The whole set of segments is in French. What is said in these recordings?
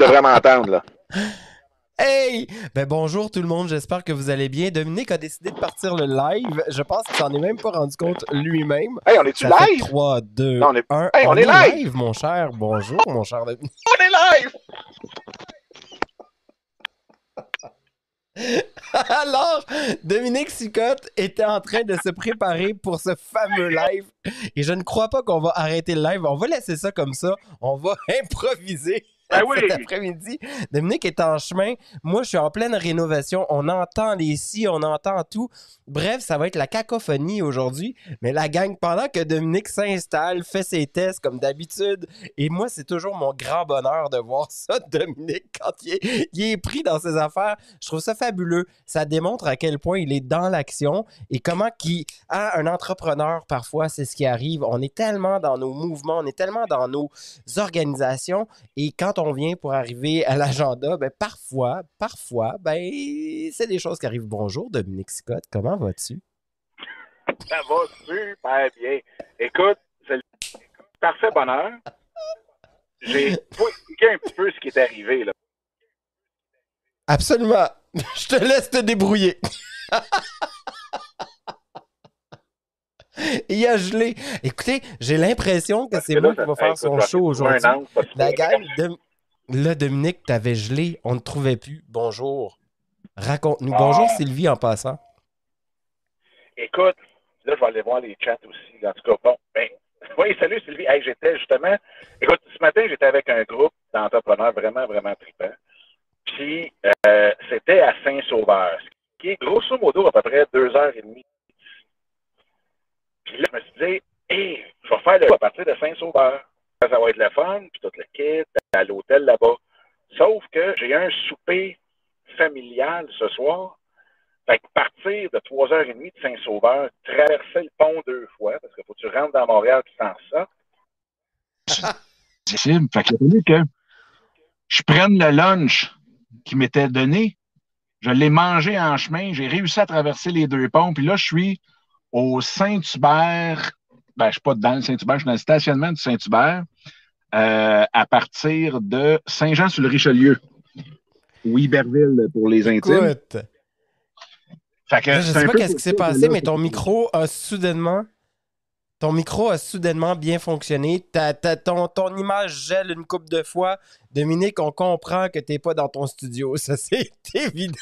devrais m'entendre, là. Hey! Ben bonjour tout le monde, j'espère que vous allez bien. Dominique a décidé de partir le live. Je pense qu'il s'en est même pas rendu compte lui-même. Hey, on est-tu Ça fait live? 3, 2, Non, on est... 1. Hey, on On est est live! live, mon cher. Bonjour, mon cher Dominique. On est live! Alors, Dominique Sicotte était en train de se préparer pour ce fameux live. Et je ne crois pas qu'on va arrêter le live. On va laisser ça comme ça. On va improviser. Ben oui! Cet après-midi, Dominique est en chemin. Moi, je suis en pleine rénovation. On entend les scies, on entend tout. Bref, ça va être la cacophonie aujourd'hui. Mais la gang, pendant que Dominique s'installe, fait ses tests comme d'habitude. Et moi, c'est toujours mon grand bonheur de voir ça, Dominique, quand il est pris dans ses affaires. Je trouve ça fabuleux. Ça démontre à quel point il est dans l'action et comment un entrepreneur, parfois, c'est ce qui arrive. On est tellement dans nos mouvements, on est tellement dans nos organisations. Et quand on vient pour arriver à l'agenda, ben parfois, ben c'est des choses qui arrivent. Bonjour, Dominique Sicotte, comment vas-tu? Ça va super bien. Écoute, c'est le parfait bonheur. J'ai expliqué un petit peu ce qui est arrivé, là. Absolument. Je te laisse te débrouiller. Il a gelé. Écoutez, j'ai l'impression que c'est moi qui va faire son show aujourd'hui. La gang, là, Dominique, t'avais gelé. On ne trouvait plus. Bonjour. Raconte-nous. Bonjour, Sylvie, en passant. Écoute, là, je vais aller voir les chats aussi. En tout cas, bon, ben, oui, salut Sylvie. Hey, j'étais justement, écoute, ce matin, j'étais avec un groupe d'entrepreneurs vraiment, vraiment trippants. Puis, c'était à Saint-Sauveur, ce qui est grosso modo à peu près 2h30. Puis là, je me suis dit, hey, je vais faire le coup à partir de Saint-Sauveur. Ça va être le fun, puis tout le kit, à l'hôtel là-bas. Sauf que j'ai un souper familial ce soir. Fait que partir de 3h30 de Saint-Sauveur, traverser le pont 2 fois, parce qu'il faut que tu rentres dans Montréal et sans ça. C'est possible. Fait qu'il a fallu que je prenne le lunch qui m'était donné. Je l'ai mangé en chemin. J'ai réussi à traverser les 2 ponts. Puis là, je suis au Saint-Hubert. Ben, je ne suis pas dans le Saint-Hubert, je suis dans le stationnement du Saint-Hubert à partir de Saint-Jean-sur-le-Richelieu ou Iberville pour les intimes. Écoute. Fait que Là, je sais pas qu'est-ce qui s'est passé, mais ton micro a soudainement bien fonctionné. Ton image gèle une couple de fois. Dominique, on comprend que t'es pas dans ton studio. Ça, c'est évident.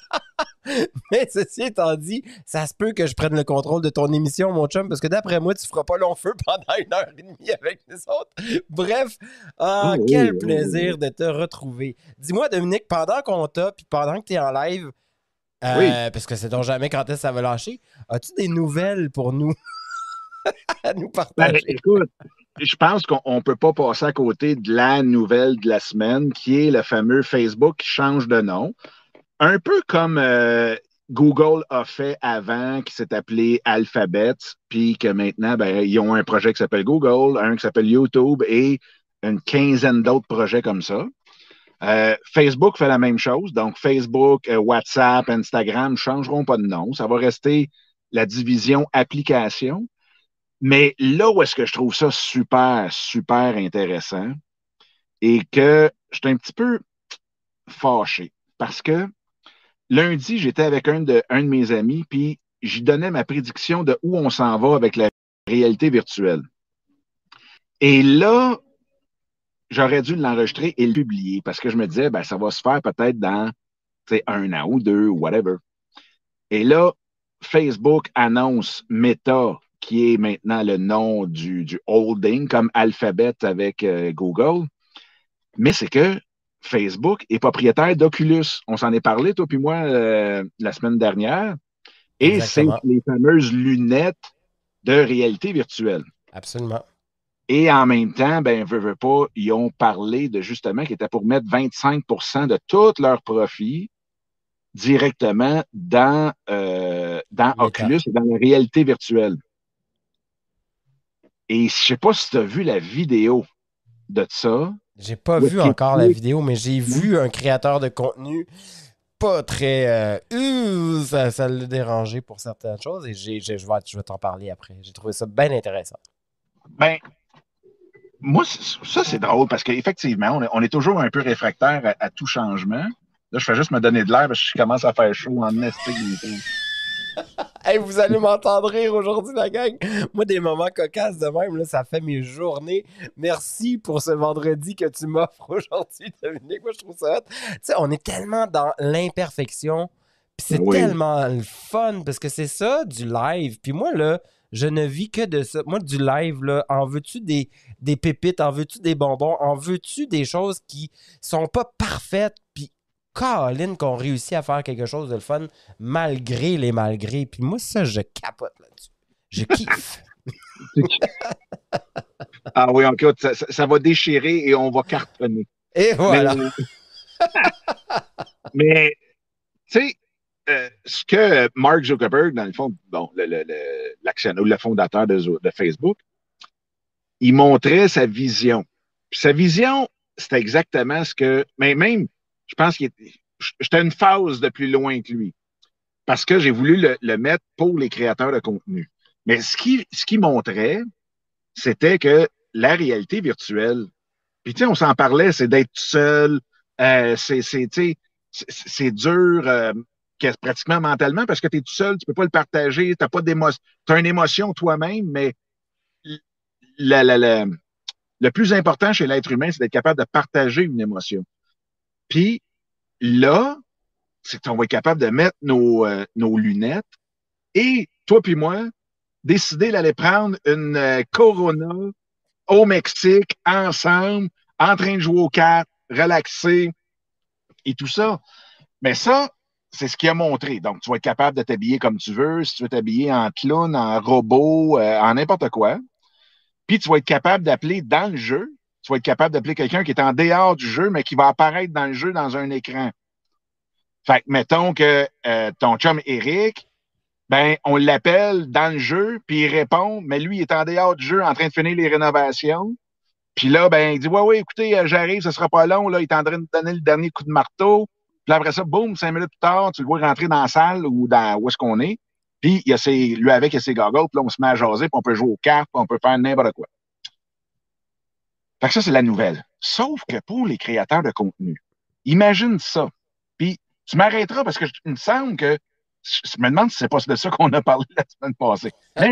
Mais ceci étant dit, ça se peut que je prenne le contrôle de ton émission, mon chum, parce que d'après moi, tu feras pas long feu pendant 1h30 avec nous autres. Bref, quel plaisir de te retrouver. Dis-moi, Dominique, pendant qu'on t'a, puis pendant que t'es en live, parce que c'est donc jamais quand est-ce que ça va lâcher, as-tu des nouvelles pour nous? À nous partager. Ben, écoute, je pense qu'on ne peut pas passer à côté de la nouvelle de la semaine, qui est le fameux Facebook qui change de nom. Un peu comme Google a fait avant, qui s'est appelé Alphabet, puis que maintenant, ben, ils ont un projet qui s'appelle Google, un qui s'appelle YouTube et une quinzaine d'autres projets comme ça. Facebook fait la même chose. Donc, Facebook, WhatsApp, Instagram ne changeront pas de nom. Ça va rester la division application. Mais là où est-ce que je trouve ça super, super intéressant et que je suis un petit peu fâché parce que lundi, j'étais avec un de mes amis puis j'y donnais ma prédiction de où on s'en va avec la réalité virtuelle. Et là, j'aurais dû l'enregistrer et le publier parce que je me disais, ben, ça va se faire peut-être dans 1 an ou 2 ou whatever. Et là, Facebook annonce Meta, qui est maintenant le nom du holding, comme Alphabet avec Google. Mais c'est que Facebook est propriétaire d'Oculus. On s'en est parlé, toi puis moi, la semaine dernière. Et Exactement. c'est les fameuses lunettes de réalité virtuelle. Absolument. Et en même temps, ben, veux pas, ils ont parlé de justement qu'ils étaient pour mettre 25% de tous leurs profits directement dans Oculus et dans la réalité virtuelle. Et je ne sais pas si tu as vu la vidéo de ça. J'ai pas vu encore la vidéo, mais j'ai vu un créateur de contenu pas très... ça l'a dérangé pour certaines choses et je vais t'en parler après. J'ai trouvé ça bien intéressant. Ben, moi, ça, c'est drôle parce qu'effectivement, on est toujours un peu réfractaire à tout changement. Là, je fais juste me donner de l'air parce que je commence à faire chaud en esti. Hey, vous allez m'entendre rire aujourd'hui, la gang. Moi, des moments cocasses de même, là, ça fait mes journées. Merci pour ce vendredi que tu m'offres aujourd'hui, Dominique. Moi, je trouve ça hot. Tu sais, on est tellement dans l'imperfection, puis c'est Oui. tellement le fun, parce que c'est ça, du live. Puis moi, là, je ne vis que de ça. Moi, du live, là, en veux-tu des pépites, en veux-tu des bonbons, en veux-tu des choses qui sont pas parfaites, puis Colin qu'on réussit à faire quelque chose de le fun malgré les malgrés. Puis moi, ça, je capote là-dessus. Je kiffe. Ah oui, OK, ça va déchirer et on va cartonner. Et voilà. Mais tu sais, ce que Mark Zuckerberg, dans le fond, bon, l'actionnaire ou le fondateur de Facebook, il montrait sa vision. Puis sa vision, c'était exactement ce que. Mais même, je pense j'étais une phase de plus loin que lui. Parce que j'ai voulu le mettre pour les créateurs de contenu. Mais ce qui montrait, c'était que la réalité virtuelle, puis tu sais, on s'en parlait, c'est d'être seul, c'est dur pratiquement mentalement parce que tu es tout seul, tu peux pas le partager, tu pas d'émotion, tu as une émotion toi-même, mais la, la, la, le plus important chez l'être humain, c'est d'être capable de partager une émotion. Puis là, c'est qu'on va être capable de mettre nos lunettes et toi puis moi, décider d'aller prendre une Corona au Mexique, ensemble, en train de jouer aux cartes, relaxer et tout ça. Mais ça, c'est ce qu'il a montré. Donc, tu vas être capable de t'habiller comme tu veux, si tu veux t'habiller en clown, en robot, en n'importe quoi. Puis, tu vas être capable d'appeler dans le jeu, tu vas être capable d'appeler quelqu'un qui est en dehors du jeu, mais qui va apparaître dans le jeu dans un écran. Fait que, mettons que ton chum Eric, ben, on l'appelle dans le jeu, puis il répond, mais lui, il est en dehors du jeu en train de finir les rénovations. Puis là, ben, il dit, ouais, écoutez, j'arrive, ce sera pas long, là, il est en train de donner le dernier coup de marteau. Puis après ça, boum, 5 minutes plus tard, tu le vois rentrer dans la salle ou dans où est-ce qu'on est. Puis il y a lui avec, il a ses goggles, puis là, on se met à jaser, puis on peut jouer aux cartes, puis on peut faire n'importe quoi. Fait que ça, c'est la nouvelle. Sauf que pour les créateurs de contenu, imagine ça. Puis tu m'arrêteras parce que il me semble que je me demande si c'est pas de ça qu'on a parlé la semaine passée. Mais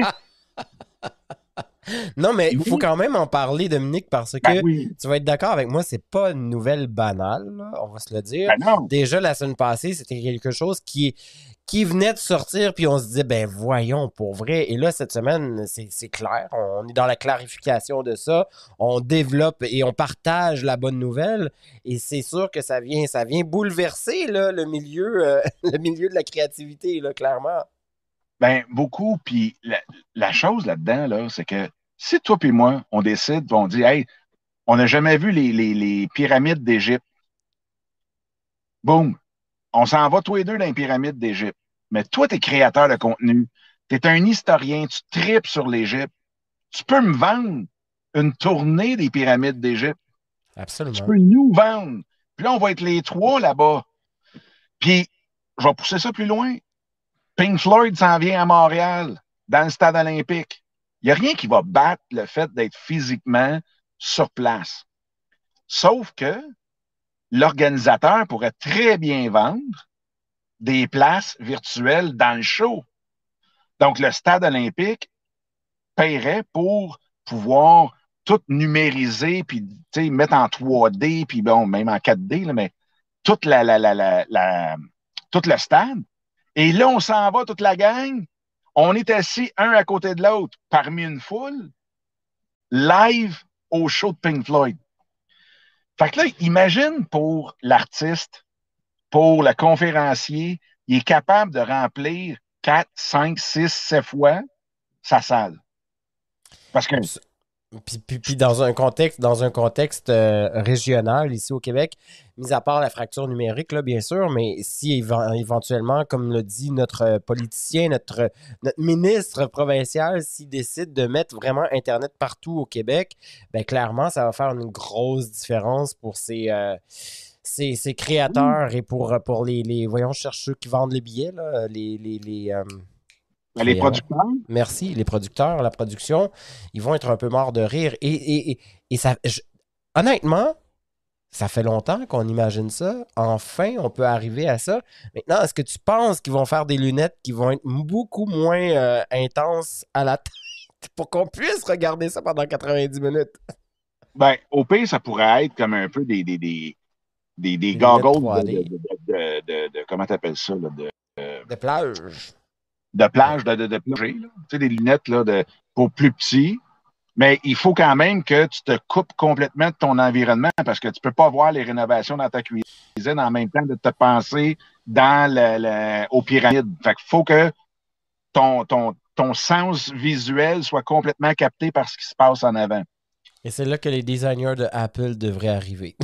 Non, mais il faut oui, quand même en parler, Dominique, parce ben que oui, tu vas être d'accord avec moi, c'est pas une nouvelle banale, là, on va se le dire. ben non. Déjà, la semaine passée, c'était quelque chose qui venait de sortir, puis on se disait, ben voyons, pour vrai. Et là, cette semaine, c'est clair, on est dans la clarification de ça, on développe et on partage la bonne nouvelle, et c'est sûr que ça vient bouleverser là, le milieu, le milieu de la créativité, là, clairement. Ben, beaucoup. Puis la chose là-dedans, là, c'est que si toi et moi, on décide, on dit, hey, on n'a jamais vu les pyramides d'Égypte. Boum, on s'en va tous les deux dans les pyramides d'Égypte. Mais toi, tu es créateur de contenu. Tu es un historien, tu tripes sur l'Égypte. Tu peux me vendre une tournée des pyramides d'Égypte. Tu Absolument. peux nous vendre. Puis là, on va être les trois là-bas. Puis, je vais pousser ça plus loin. Pink Floyd s'en vient à Montréal, dans le stade olympique. Il n'y a rien qui va battre le fait d'être physiquement sur place. Sauf que l'organisateur pourrait très bien vendre des places virtuelles dans le show. Donc, le stade olympique paierait pour pouvoir tout numériser, puis mettre en 3D, puis bon, même en 4D, là, mais toute tout le stade. Et là, on s'en va, toute la gang. On est assis un à côté de l'autre, parmi une foule, live au show de Pink Floyd. Fait que là, imagine pour l'artiste, pour le conférencier, il est capable de remplir 4, 5, 6, 7 fois sa salle. Parce que, Puis dans un contexte régional ici au Québec, mis à part la fracture numérique, là, bien sûr, mais si éventuellement, comme le dit notre politicien, notre ministre provincial, s'il décide de mettre vraiment Internet partout au Québec, ben clairement, ça va faire une grosse différence pour ces créateurs et pour les voyons, chercheurs qui vendent les billets, là, Les producteurs? Merci. Les producteurs, la production, ils vont être un peu morts de rire. Et ça, honnêtement, ça fait longtemps qu'on imagine ça. Enfin, on peut arriver à ça. Maintenant, est-ce que tu penses qu'ils vont faire des lunettes qui vont être beaucoup moins intenses à la tête pour qu'on puisse regarder ça pendant 90 minutes? Ben, au pire, ça pourrait être comme un peu des goggles de comment t'appelles ça, là, de plage. De plage, de plongée, là. Tu sais, des lunettes là, pour plus petits. Mais il faut quand même que tu te coupes complètement de ton environnement parce que tu ne peux pas voir les rénovations dans ta cuisine en même temps de te penser aux pyramides. Fait qu'il faut que ton sens visuel soit complètement capté par ce qui se passe en avant. Et c'est là que les designers de Apple devraient arriver.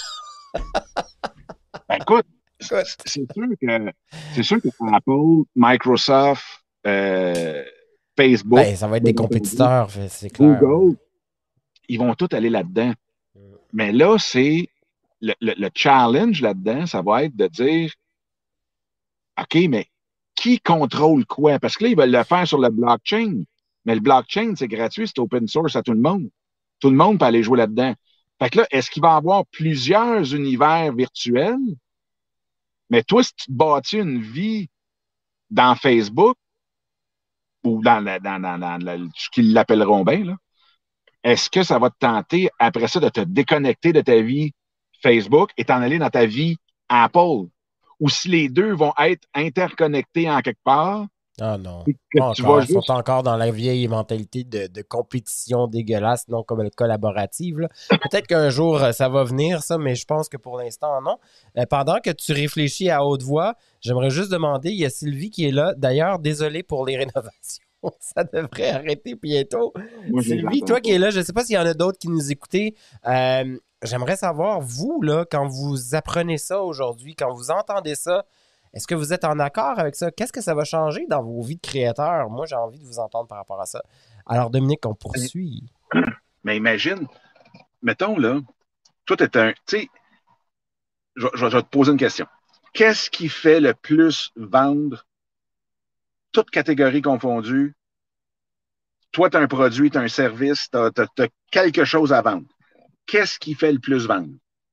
Ben, écoute, c'est sûr que Apple, Microsoft, Facebook. Ben, ça va être des compétiteurs, c'est clair. Google, ils vont tous aller là-dedans. Mais là, c'est le challenge là-dedans, ça va être de dire OK, mais qui contrôle quoi? Parce que là, ils veulent le faire sur le blockchain. Mais le blockchain, c'est gratuit, c'est open source à tout le monde. Tout le monde peut aller jouer là-dedans. Fait que là, est-ce qu'il va y avoir plusieurs univers virtuels? Mais toi, si tu te bâtis une vie dans Facebook, ou dans ce qu'ils l'appelleront bien, là, est-ce que ça va te tenter, après ça, de te déconnecter de ta vie Facebook et t'en aller dans ta vie Apple? Ou si les deux vont être interconnectés en quelque part? Ah non. Ils sont encore dans la vieille mentalité de compétition dégueulasse, non comme collaborative. Peut-être qu'un jour, ça va venir, ça, mais je pense que pour l'instant, non. Pendant que tu réfléchis à haute voix, j'aimerais juste demander, il y a Sylvie qui est là. D'ailleurs, désolé pour les rénovations. Ça devrait arrêter bientôt. Moi, Sylvie, toi qui es là, je ne sais pas s'il y en a d'autres qui nous écoutaient. J'aimerais savoir, vous, là, quand vous apprenez ça aujourd'hui, quand vous entendez ça, est-ce que vous êtes en accord avec ça? Qu'est-ce que ça va changer dans vos vies de créateurs? Moi, j'ai envie de vous entendre par rapport à ça. Alors, Dominique, on poursuit. Mais imagine, mettons, là, toi, t'es un... Tu sais, je vais te poser une question. Qu'est-ce qui fait le plus vendre, toutes catégories confondues? Toi, tu as un produit, tu as un service, tu as quelque chose à vendre. Qu'est-ce qui fait le plus vendre?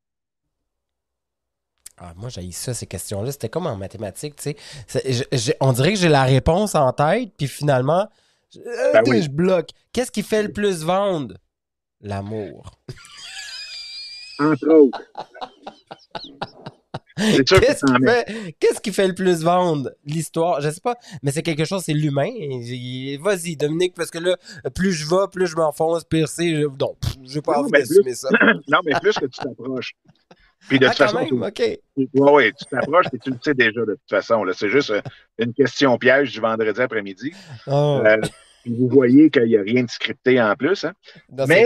Ah, moi, j'ai ça, ces questions-là. C'était comme en mathématiques, tu sais. On dirait que j'ai la réponse en tête, puis finalement, je bloque. Qu'est-ce qui fait le plus vendre? L'amour. Entre autres. Qu'est-ce qui fait le plus vendre? L'histoire, je sais pas, mais c'est quelque chose, c'est l'humain. Vas-y, Dominique, parce que là, plus je vais, plus je m'enfonce, pire c'est. Non, j'ai pas envie d'assumer ça. Non, mais plus que tu t'approches. Puis de toute quand façon, même, OK. Oui, tu t'approches et tu le sais déjà de toute façon. C'est juste une question piège du vendredi après-midi. Vous voyez qu'il n'y a rien de scripté en plus. Hein? Non, mais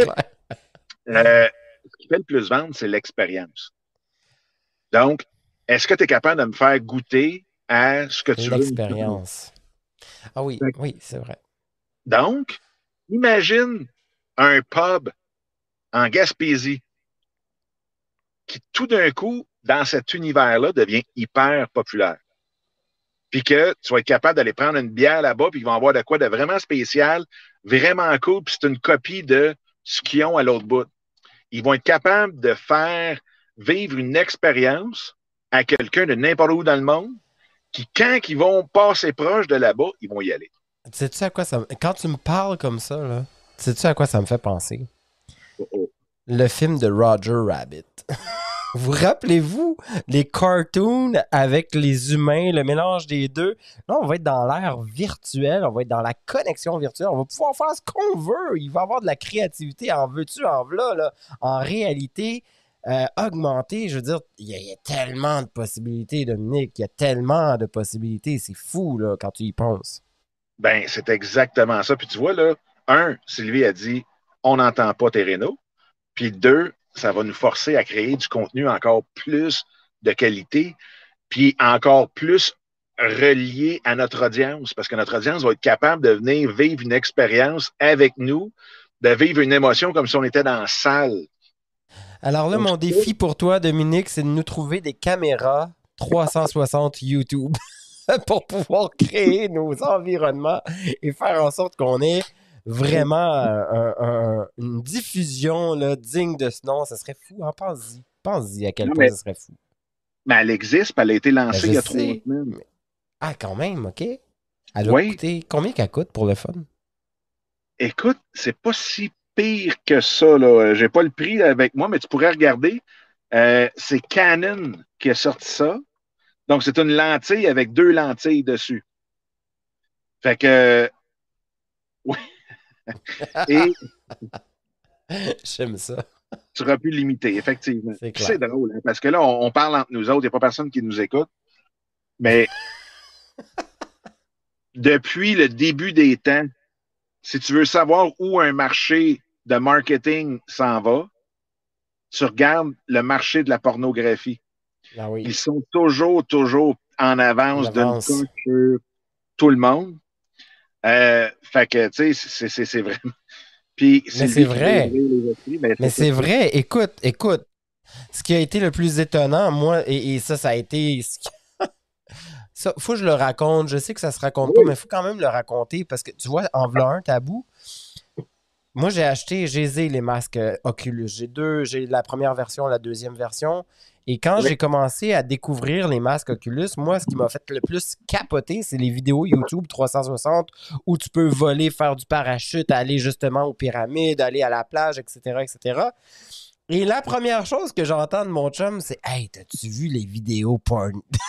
ce qui fait le plus vendre, c'est l'expérience. Donc, est-ce que tu es capable de me faire goûter à ce que tu veux? L'expérience. Ah oui, oui, c'est vrai. Donc, imagine un pub en Gaspésie qui, tout d'un coup, dans cet univers-là, devient hyper populaire. Puis que tu vas être capable d'aller prendre une bière là-bas, puis ils vont avoir de quoi de vraiment spécial, vraiment cool, puis c'est une copie de ce qu'ils ont à l'autre bout. Ils vont être capables de faire vivre une expérience à quelqu'un de n'importe où dans le monde, qui, quand ils vont passer proche de là-bas, ils vont y aller. Sais-tu à quoi ça... Quand tu me parles comme ça, là, sais-tu à quoi ça me fait penser? Le film de Roger Rabbit. Vous rappelez-vous les cartoons avec les humains, le mélange des deux? Là, on va être dans l'ère virtuelle, on va être dans la connexion virtuelle, on va pouvoir faire ce qu'on veut. Il va y avoir de la créativité, en veux-tu, en v'là, là. En réalité, augmentée, je veux dire, il y a tellement de possibilités, Dominique, il y a tellement de possibilités. C'est fou, là, quand tu y penses. Ben, c'est exactement ça. Puis tu vois, là, Sylvie a dit, on n'entend pas tes rénaux. Puis 2, ça va nous forcer à créer du contenu encore plus de qualité, puis encore plus relié à notre audience, parce que notre audience va être capable de venir vivre une expérience avec nous, de vivre une émotion comme si on était dans la salle. Alors là, mon défi pour toi, Dominique, c'est de nous trouver des caméras 360 YouTube. pour pouvoir créer nos environnements et faire en sorte qu'on ait vraiment une diffusion là, digne de ce nom. Ça serait fou, hein? Pense-y. Pense-y à quel Non, point ça serait fou. mais elle existe, puis elle a été Ben, lancée je il y a 3 sais. semaines. Ah, quand même, OK. Elle doit Oui. coûter... Combien qu'elle coûte pour le fun? Écoute, c'est pas si pire que ça, là. J'ai pas le prix avec moi, mais tu pourrais regarder. C'est Canon qui a sorti ça. Donc, c'est une lentille avec 2 lentilles dessus. Fait que, oui. Et J'aime ça. tu auras pu limiter, effectivement. C'est Puis clair. c'est drôle, hein, parce que là, on parle entre nous autres, il n'y a pas personne qui nous écoute. Mais depuis le début des temps, si tu veux savoir où un marché de marketing s'en va, tu regardes le marché de la pornographie. Ah oui. Ils sont toujours en avance d'une L'avance. coche sur tout le monde. Fait que, tu sais, c'est vraiment. Puis, Mais Sylvie c'est qui va vrai. ouvrir les esprits, ben, Mais c'est c'est ça. vrai. Écoute. Ce qui a été le plus étonnant, moi, et ça a été... Ça, faut que je le raconte. Je sais que ça se raconte pas, mais il faut quand même le raconter parce que, tu vois, en v'là un tabou, moi, j'ai les masques Oculus. J'ai la première version, la deuxième version. Et quand Oui. j'ai commencé à découvrir les masques Oculus, moi, ce qui m'a fait le plus capoter, c'est les vidéos YouTube 360 où tu peux voler, faire du parachute, aller justement aux pyramides, aller à la plage, etc., etc. Et la première chose que j'entends de mon chum, c'est « Hey, t'as-tu vu les vidéos porno? »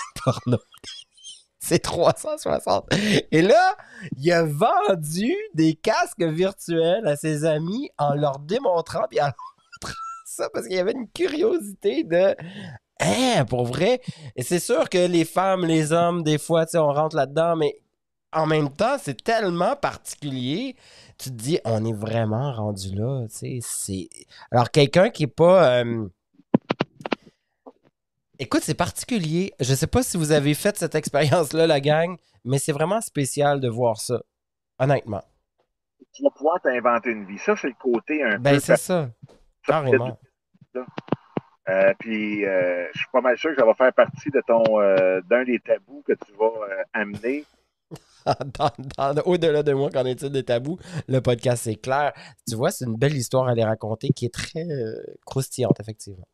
C'est 360. Et là, il a vendu des casques virtuels à ses amis en leur démontrant puis en leur montrant ça parce qu'il y avait une curiosité de hein, pour vrai. Et c'est sûr que les femmes, les hommes, des fois, tu sais, on rentre là-dedans, mais en même temps, c'est tellement particulier. Tu te dis, on est vraiment rendu là, tu sais. Alors, quelqu'un qui est pas. Écoute, c'est particulier. Je sais pas si vous avez fait cette expérience-là, la gang, mais c'est vraiment spécial de voir ça. Honnêtement. Tu vas pouvoir t'inventer une vie. Ça, c'est le côté un Ben, peu c'est ça. Carrément. Puis, je suis pas mal sûr que ça va faire partie de d'un des tabous que tu vas amener. Au-delà de moi, qu'en est-il des tabous, le podcast, c'est clair. Tu vois, c'est une belle histoire à les raconter qui est très croustillante, effectivement.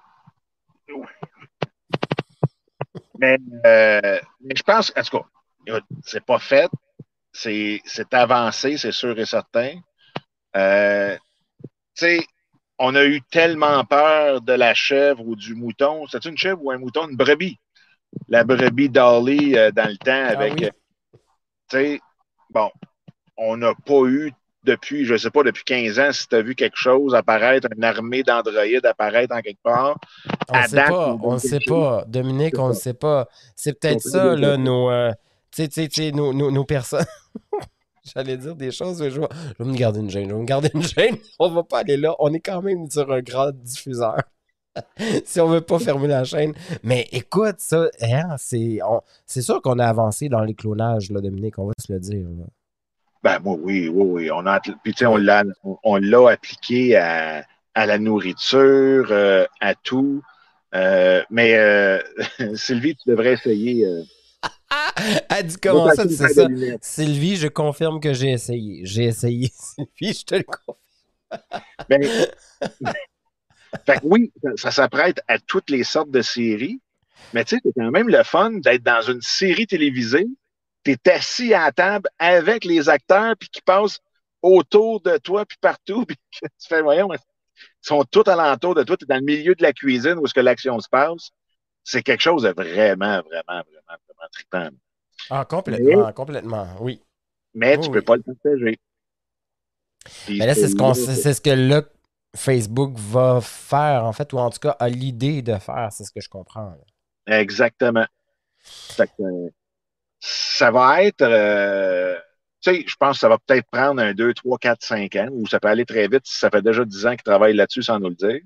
Mais je pense, en tout cas, c'est pas fait. C'est avancé, c'est sûr et certain. Tu sais, on a eu tellement peur de la chèvre ou du mouton. C'est une chèvre ou un mouton? Une brebis. La brebis Dolly dans le temps avec. Ah oui. Tu sais, bon, on n'a pas eu depuis, je ne sais pas, depuis 15 ans, si tu as vu quelque chose apparaître, une armée d'androïdes apparaître en quelque part. On ne sait pas. Dominique, on ne sait pas. C'est peut-être ça, là, tu sais, nos personnes. J'allais dire des choses, mais je vais me garder une gêne. On va pas aller là. On est quand même sur un grand diffuseur. Si on veut pas fermer la chaîne. Mais écoute, ça, hein, c'est sûr qu'on a avancé dans les clonages, là, Dominique, on va se le dire. Là. Ben, moi, oui. Puis, tu sais, on l'a appliqué à la nourriture, à tout. Mais Sylvie, tu devrais essayer. Elle dit comment ça, c'est ça. Sylvie, je confirme que j'ai essayé. Sylvie, je te le confirme. Ben, fait que oui, ça s'apprête à toutes les sortes de séries. Mais tu sais, c'est quand même le fun d'être dans une série télévisée. Tu es assis à la table avec les acteurs puis qui passent autour de toi puis partout. Puis tu fais, voyons, ils sont tous alentour de toi. Tu es dans le milieu de la cuisine où est-ce que l'action se passe. C'est quelque chose de vraiment trippant. Ah, complètement, oui. Mais tu peux pas le partager. Mais là, c'est ce que là, Facebook va faire, en fait, ou en tout cas a l'idée de faire, c'est ce que je comprends. Là. Exactement. Fait que, ça va être, tu sais, je pense que ça va peut-être prendre 1, 2, 3, 4, 5 ans, ou ça peut aller très vite si ça fait déjà 10 ans qu'ils travaillent là-dessus sans nous le dire.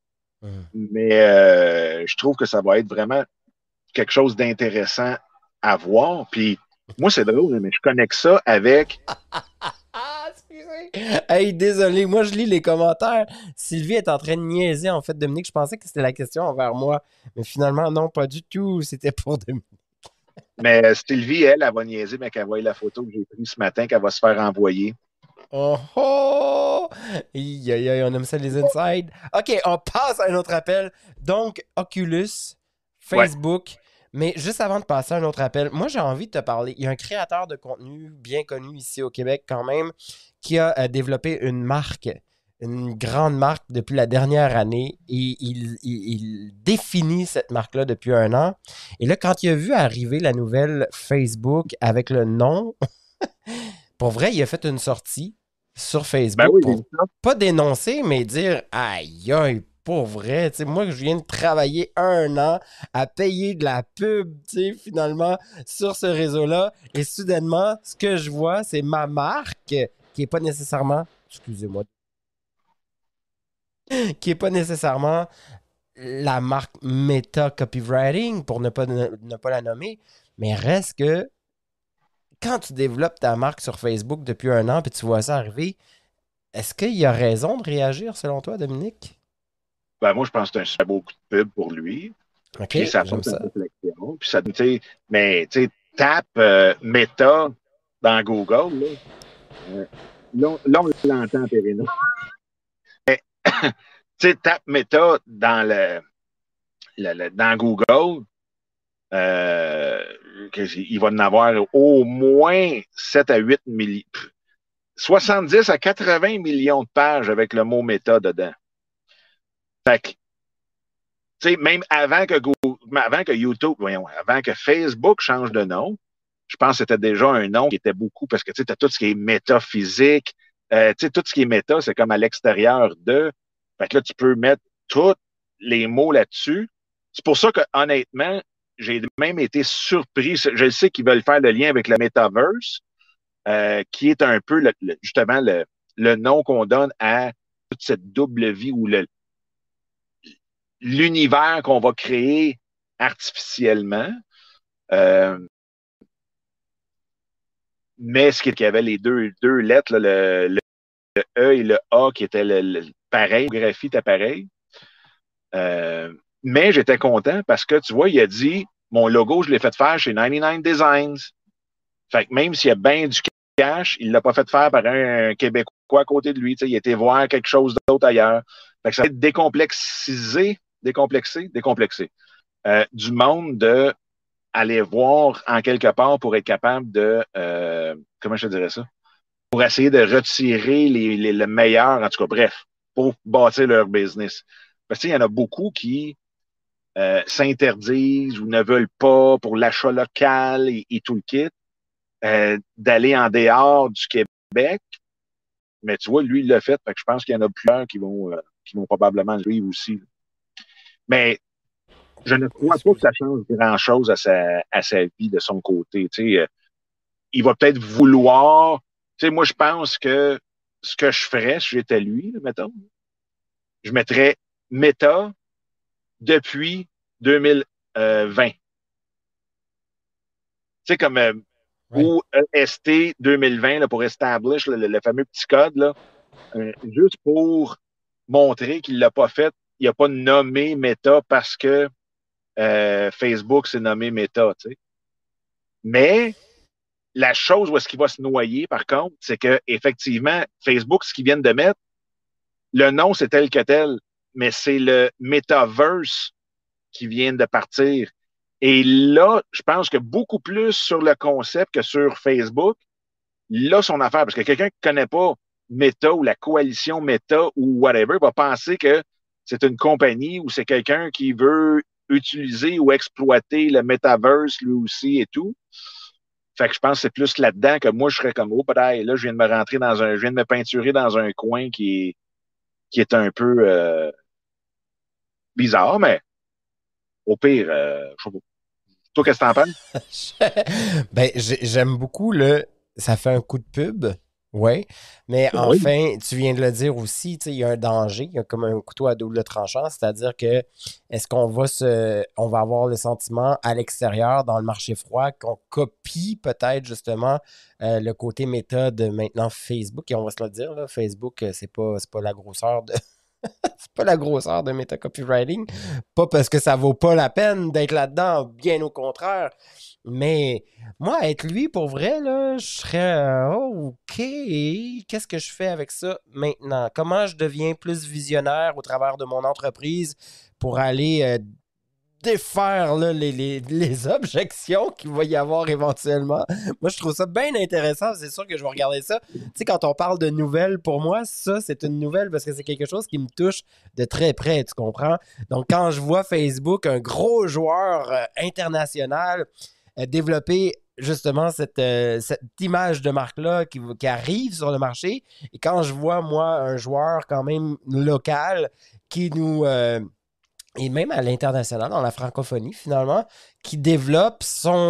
Mais je trouve que ça va être vraiment quelque chose d'intéressant à voir. Puis moi, c'est drôle, mais je connecte ça avec... Excusez. Hey, désolé, moi je lis les commentaires. Sylvie est en train de niaiser, en fait, Dominique. Je pensais que c'était la question envers moi. Mais finalement, non, pas du tout. C'était pour Dominique. Mais Sylvie, elle va niaiser, mais qu'elle voit la photo que j'ai prise ce matin, qu'elle va se faire envoyer. Oh oh! Aïe, aïe, aïe, on aime ça les insides. OK, on passe à un autre appel. Donc, Oculus, Ouais. Facebook. Mais juste avant de passer à un autre appel, moi j'ai envie de te parler. Il y a un créateur de contenu bien connu ici au Québec quand même qui a développé une marque, une grande marque depuis la dernière année et il définit cette marque-là depuis un an. Et là, quand il a vu arriver la nouvelle Facebook avec le nom, pour vrai, il a fait une sortie sur Ben Facebook oui, j'ai pour dit ça. pas dénoncer, mais dire aïe aïe, pour vrai. Tu sais, moi, je viens de travailler un an à payer de la pub, tu sais, finalement, sur ce réseau-là. Et soudainement, ce que je vois, c'est ma marque qui est pas nécessairement, excusez-moi, qui est pas nécessairement la marque Meta Copywriting, pour ne pas la nommer, mais reste que quand tu développes ta marque sur Facebook depuis un an puis tu vois ça arriver, est-ce qu'il y a raison de réagir selon toi, Dominique? Ben moi, je pense que c'est un super beau coup de pub pour lui. OK, Puis ça j'aime porte une ça. réflexion. Puis ça, tu sais, mais tu sais, tape Meta dans Google, là. Là, on l'entend, Périno. Tu sais, tape Meta dans dans Google, il va en avoir au moins 7 à 8 millions, 70 à 80 millions de pages avec le mot Meta dedans. Fait que, tu sais, même avant que YouTube, voyons, avant que Facebook change de nom, je pense que c'était déjà un nom qui était beaucoup parce que tu sais, as tout ce qui est métaphysique, tu sais, tout ce qui est méta, c'est comme à l'extérieur de. Fait que là, tu peux mettre tous les mots là-dessus. C'est pour ça que, honnêtement, j'ai même été surpris. Je sais qu'ils veulent faire le lien avec le metaverse, qui est un peu justement le nom qu'on donne à toute cette double vie ou l'univers qu'on va créer artificiellement. Euh, mais ce qu'il y avait les deux lettres, là, le E et le A qui étaient pareil, la graphie était pareil. Mais j'étais content parce que tu vois, il a dit mon logo, je l'ai fait faire chez 99 Designs. Fait que même s'il y a bien du cash, il ne l'a pas fait faire par un Québécois à côté de lui. Tu sais, il a été voir quelque chose d'autre ailleurs. Fait que ça a été décomplexé du monde de aller voir en quelque part pour être capable de comment je te dirais ça? Pour essayer de retirer le meilleur, en tout cas, bref, pour bâtir leur business. Parce qu'il y en a beaucoup qui s'interdisent ou ne veulent pas pour l'achat local et tout le kit, d'aller en dehors du Québec. Mais tu vois, lui, il l'a fait. Fait que je pense qu'il y en a plusieurs qui vont probablement le suivre aussi. Mais je ne crois pas que ça change grand-chose à sa vie de son côté. Tu sais, il va peut-être vouloir. Tu sais, moi, je pense que ce que je ferais si j'étais lui, mettons, je mettrais Meta depuis 2020. Tu sais, comme Ouais. ou EST 2020 là, pour establish le fameux petit code, là, juste pour montrer qu'il ne l'a pas fait. Il n'a pas nommé Meta parce que Facebook s'est nommé Meta. Tu sais. Mais la chose où est-ce qu'il va se noyer, par contre, c'est que effectivement, Facebook, ce qu'ils viennent de mettre, le nom, c'est tel que tel, mais c'est le Metaverse qui vient de partir. Et là, je pense que beaucoup plus sur le concept que sur Facebook, là, son affaire, parce que quelqu'un qui ne connaît pas Meta ou la coalition Meta ou whatever va penser que c'est une compagnie ou c'est quelqu'un qui veut utiliser ou exploiter le metaverse lui aussi et tout. Fait que je pense que c'est plus là-dedans que moi, je serais comme, oh, peut-être, là, je viens de me peinturer dans un coin qui est un peu bizarre, mais au pire, je sais pas. Toi, qu'est-ce que t'en penses? Ben, j'aime beaucoup le ça fait un coup de pub. Ouais. Mais Ben oui. enfin, tu viens de le dire aussi, tu sais, il y a un danger, il y a comme un couteau à double tranchant, c'est-à-dire que est-ce qu'on va on va avoir le sentiment à l'extérieur, dans le marché froid, qu'on copie peut-être justement le côté méta de maintenant Facebook, et on va se le dire, là, Facebook, c'est pas la grosseur C'est pas la grosseur de Meta-Copywriting. Pas parce que ça vaut pas la peine d'être là-dedans, bien au contraire. Mais moi, être lui, pour vrai, là, je serais OK, qu'est-ce que je fais avec ça maintenant? Comment je deviens plus visionnaire au travers de mon entreprise pour aller défaire là, les objections qu'il va y avoir éventuellement. Moi, je trouve ça bien intéressant. C'est sûr que je vais regarder ça. Tu sais, quand on parle de nouvelles, pour moi, ça, c'est une nouvelle parce que c'est quelque chose qui me touche de très près, tu comprends? Donc, quand je vois Facebook, un gros joueur international, développer justement cette image de marque-là qui arrive sur le marché, et quand je vois, moi, un joueur quand même local qui nous... et même à l'international, dans la francophonie, finalement, qui développe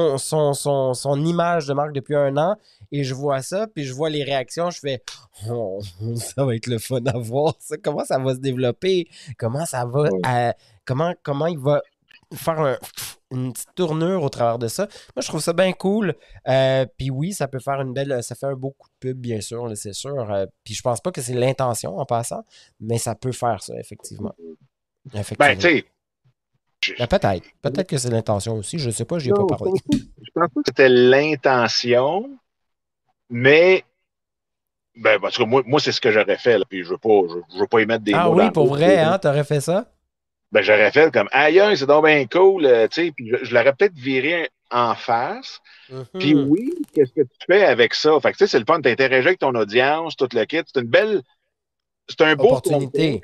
son image de marque depuis un an. Et je vois ça, puis je vois les réactions, je fais oh, ça va être le fun à voir. Ça. Comment ça va se développer? Comment ça va. Comment il va faire une petite tournure au travers de ça. Moi, je trouve ça bien cool. Puis oui, ça peut faire une belle. Ça fait un beau coup de pub, bien sûr, là, c'est sûr. Puis je pense pas que c'est l'intention en passant, mais ça peut faire ça, effectivement. Ben, tu sais. Ben, peut-être. Peut-être que c'est l'intention aussi. Je ne sais pas, je n'y ai pas parlé. Je pense pas que c'était l'intention, mais ben, parce que moi c'est ce que j'aurais fait. Là, puis je veux pas y mettre des mots Ah dans oui, le pour dos, vrai, hein? T'aurais fait ça? Ben, j'aurais fait comme aïe, c'est donc bien cool, tu sais, puis je l'aurais peut-être viré en face. Puis oui, qu'est-ce que tu fais avec ça? Fait que tu sais, c'est le fun, t'interagis avec ton audience, tout le kit. C'est une belle. C'est un beau opportunité.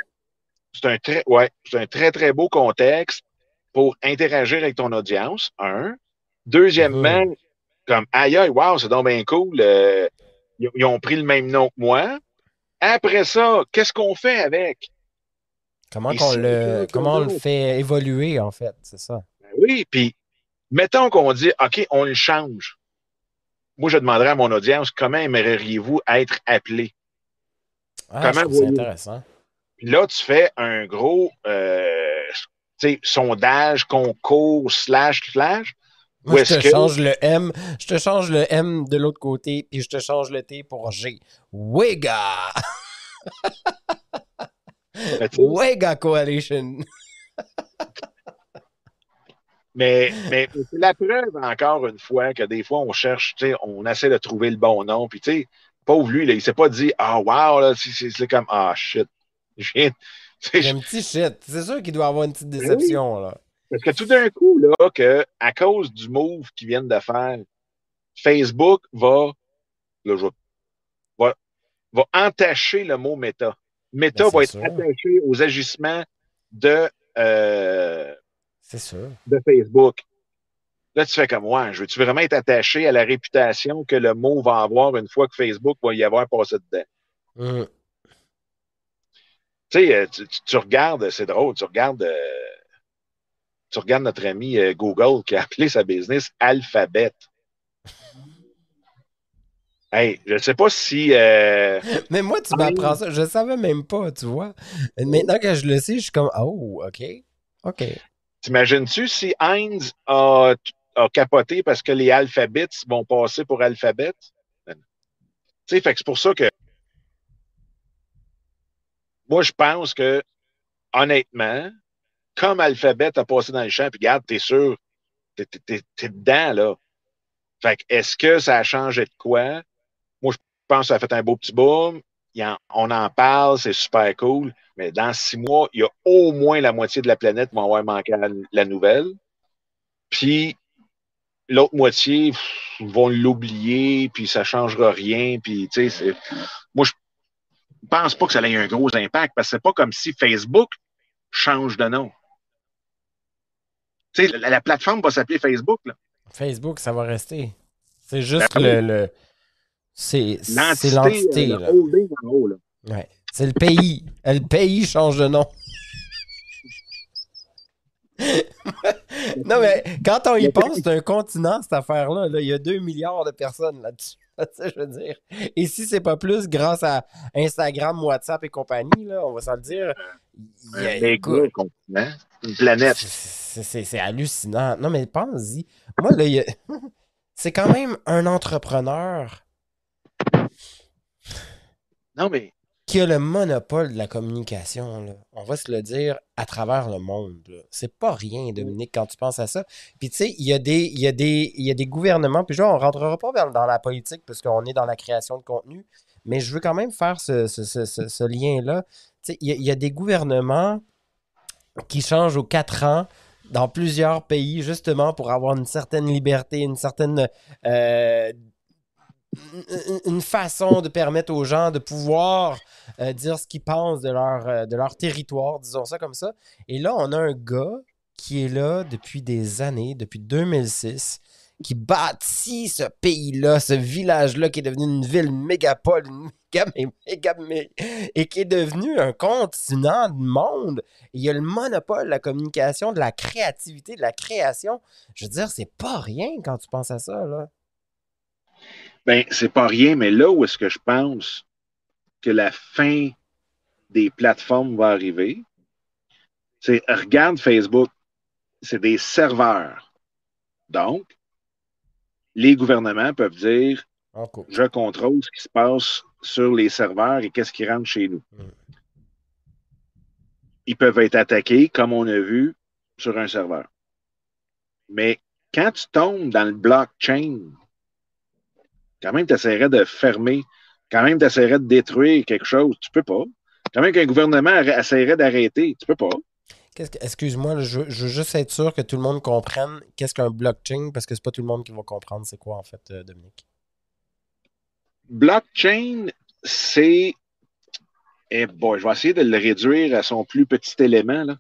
C'est un très, très beau contexte pour interagir avec ton audience, un. Deuxièmement, comme aïe, wow, c'est donc bien cool. Ils ont pris le même nom que moi. Après ça, qu'est-ce qu'on fait avec? Comment on le fait évoluer, en fait, c'est ça. Ben oui, puis mettons qu'on dit, OK, on le change. Moi, je demanderais à mon audience, comment aimeriez-vous être appelé? Ah, je trouve ça intéressant. Puis là, tu fais un gros sondage, concours, slash. Moi, je te change le M de l'autre côté, puis je te change le T pour G. Wega! Wega Coalition! mais c'est la preuve, encore une fois, que des fois, on cherche, on essaie de trouver le bon nom, puis tu sais, pauvre lui, là, il s'est pas dit « Ah, wow, là, c'est comme « Ah, shit! » J'ai un petit shit. C'est sûr qu'il doit avoir une petite déception, là. Parce que tout d'un coup, là, que à cause du move qu'ils viennent de faire, Facebook va entacher le mot méta. Méta va être attaché aux agissements de Facebook. Là, tu fais comme, ouais, je veux-tu vraiment être attaché à la réputation que le mot va avoir une fois que Facebook va y avoir passé dedans? Tu sais, tu regardes, c'est drôle, tu regardes notre ami Google qui a appelé sa business Alphabet. Hey, je ne sais pas si... Mais moi, tu m'apprends ça. Je ne savais même pas, tu vois. Maintenant que je le sais, je suis comme, oh, OK. OK. T'imagines-tu si Heinz a capoté parce que les alphabets vont passer pour alphabet? Tu sais, fait que c'est pour ça que moi, je pense que, honnêtement, comme Alphabet a passé dans le champ, puis regarde, t'es sûr, t'es dedans, là. Fait que, est-ce que ça a changé de quoi? Moi, je pense que ça a fait un beau petit boom. On en parle, c'est super cool. Mais dans 6 mois, il y a au moins la moitié de la planète qui va avoir manqué la nouvelle. Puis, l'autre moitié vont l'oublier, puis ça ne changera rien. Puis, tu sais, moi, je pense pas que ça ait un gros impact parce que c'est pas comme si Facebook change de nom. Tu sais, la plateforme va s'appeler Facebook, là. Facebook, ça va rester. C'est juste c'est l'entité. Le holding en haut, là. Ouais. C'est le pays. Le pays change de nom. Non, mais quand on y pense, c'est un continent, cette affaire-là. Là. Il y a 2 milliards de personnes là-dessus. Je veux dire. Et si c'est pas plus, grâce à Instagram, WhatsApp et compagnie, là, on va s'en le dire. Un continent. Une planète. C'est hallucinant. Non, mais pense-y. Moi, là, c'est quand même un entrepreneur. Non, mais qui a le monopole de la communication, là. On va se le dire, à travers le monde, là. C'est pas rien, Dominique, quand tu penses à ça. Puis tu sais, il y a des gouvernements, puis là, on rentrera pas dans la politique parce qu'on est dans la création de contenu, mais je veux quand même faire ce lien-là. Tu sais, il y a des gouvernements qui changent aux 4 ans dans plusieurs pays, justement pour avoir une certaine liberté, une certaine euh, une façon de permettre aux gens de pouvoir dire ce qu'ils pensent de leur territoire, disons ça comme ça. Et là, on a un gars qui est là depuis des années, depuis 2006, qui bâtit ce pays-là, ce village-là qui est devenu une ville mégapole, et qui est devenu un continent de monde. Et il y a le monopole de la communication, de la créativité, de la création. Je veux dire, c'est pas rien quand tu penses à ça, là. Ben, c'est pas rien, mais là où est-ce que je pense que la fin des plateformes va arriver, c'est, regarde Facebook, c'est des serveurs. Donc, les gouvernements peuvent dire, je contrôle ce qui se passe sur les serveurs et qu'est-ce qui rentre chez nous. Ils peuvent être attaqués, comme on a vu, sur un serveur. Mais quand tu tombes dans le blockchain, quand même, tu essaierais de fermer, quand même, tu essaierais de détruire quelque chose. Tu peux pas. Quand même qu'un gouvernement essaierait d'arrêter. Tu peux pas. Excuse-moi, je veux juste être sûr que tout le monde comprenne qu'est-ce qu'un blockchain, parce que c'est pas tout le monde qui va comprendre c'est quoi, en fait, Dominique. Blockchain, c'est... Eh bon, je vais essayer de le réduire à son plus petit élément, là.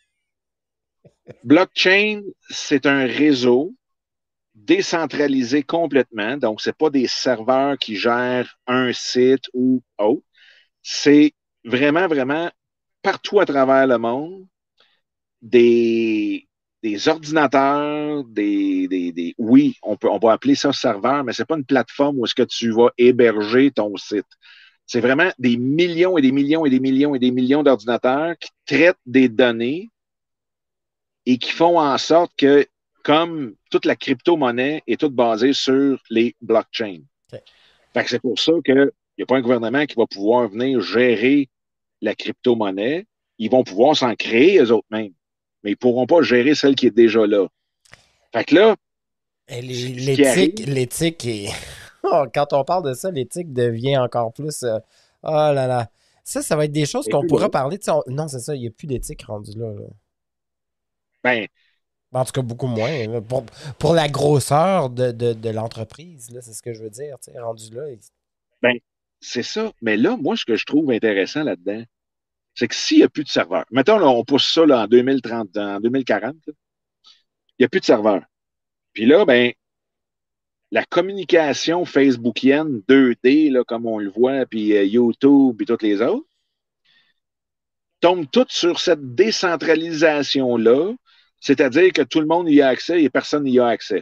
Blockchain, c'est un réseau décentralisé complètement. Donc, c'est pas des serveurs qui gèrent un site ou autre. C'est vraiment, vraiment partout à travers le monde des ordinateurs, oui, on va appeler ça serveur, mais c'est pas une plateforme où est-ce que tu vas héberger ton site. C'est vraiment des millions et des millions et des millions et des millions d'ordinateurs qui traitent des données et qui font en sorte que, comme toute la crypto-monnaie est toute basée sur les blockchains. Okay. Fait que c'est pour ça qu'il n'y a pas un gouvernement qui va pouvoir venir gérer la crypto-monnaie. Ils vont pouvoir s'en créer eux autres mêmes, mais ils ne pourront pas gérer celle qui est déjà là. Fait que là, l'éthique est... Quand on parle de ça, l'éthique devient encore plus... Oh là là. Ça va être des choses qu'on pourra parler. Non, c'est ça, il n'y a plus d'éthique rendue là. Ben, en tout cas, beaucoup moins. Là. Pour la grosseur de l'entreprise, là, c'est ce que je veux dire. Rendu là. Ben, c'est ça. Mais là, moi, ce que je trouve intéressant là-dedans, c'est que s'il n'y a plus de serveurs, mettons, là, on pousse ça là, en 2030, en 2040, là, il n'y a plus de serveurs. Puis là, ben, la communication facebookienne 2D, là, comme on le voit, puis YouTube et toutes les autres, tombe toutes sur cette décentralisation-là, c'est-à-dire que tout le monde y a accès et personne n'y a accès.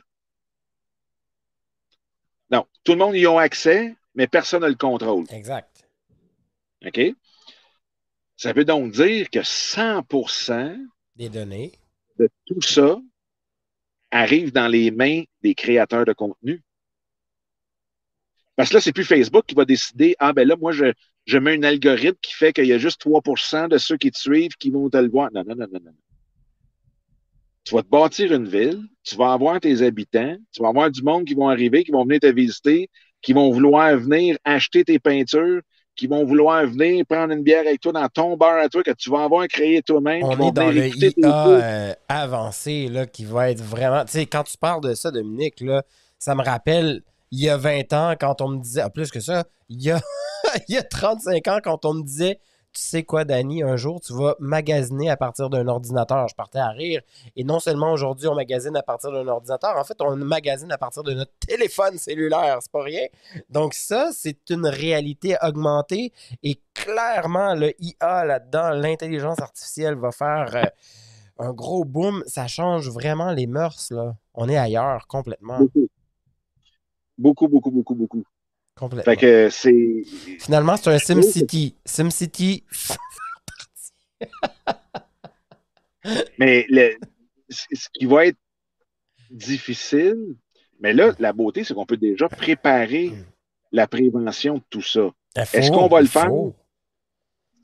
Non, tout le monde y a accès, mais personne ne le contrôle. Exact. OK? Ça veut donc dire que 100% des données de tout ça arrive dans les mains des créateurs de contenu. Parce que là, c'est plus Facebook qui va décider, ah ben là, moi, je mets un algorithme qui fait qu'il y a juste 3% de ceux qui te suivent qui vont te le voir. Non, non, non, non, non. Tu vas te bâtir une ville, tu vas avoir tes habitants, tu vas avoir du monde qui vont arriver, qui vont venir te visiter, qui vont vouloir venir acheter tes peintures, qui vont vouloir venir prendre une bière avec toi dans ton bar à toi que tu vas avoir créé toi-même. On est dans le IA avancé là, qui va être vraiment... Tu sais, quand tu parles de ça, Dominique, là, ça me rappelle il y a 20 ans quand on me disait... Ah, plus que ça, il y a 35 ans quand on me disait... Tu sais quoi, Danny, un jour, tu vas magasiner à partir d'un ordinateur. Je partais à rire. Et non seulement aujourd'hui, on magasine à partir d'un ordinateur, en fait, on magasine à partir de notre téléphone cellulaire. C'est pas rien. Donc ça, c'est une réalité augmentée. Et clairement, le IA là-dedans, l'intelligence artificielle va faire un gros boom. Ça change vraiment les mœurs, là. On est ailleurs, complètement. Beaucoup, beaucoup, beaucoup, beaucoup. Complètement. Fait que c'est... Finalement, c'est un SimCity. SimCity. Mais ce qui va être difficile, mais là, la beauté, c'est qu'on peut déjà préparer la prévention de tout ça. Est-ce qu'on va le faire?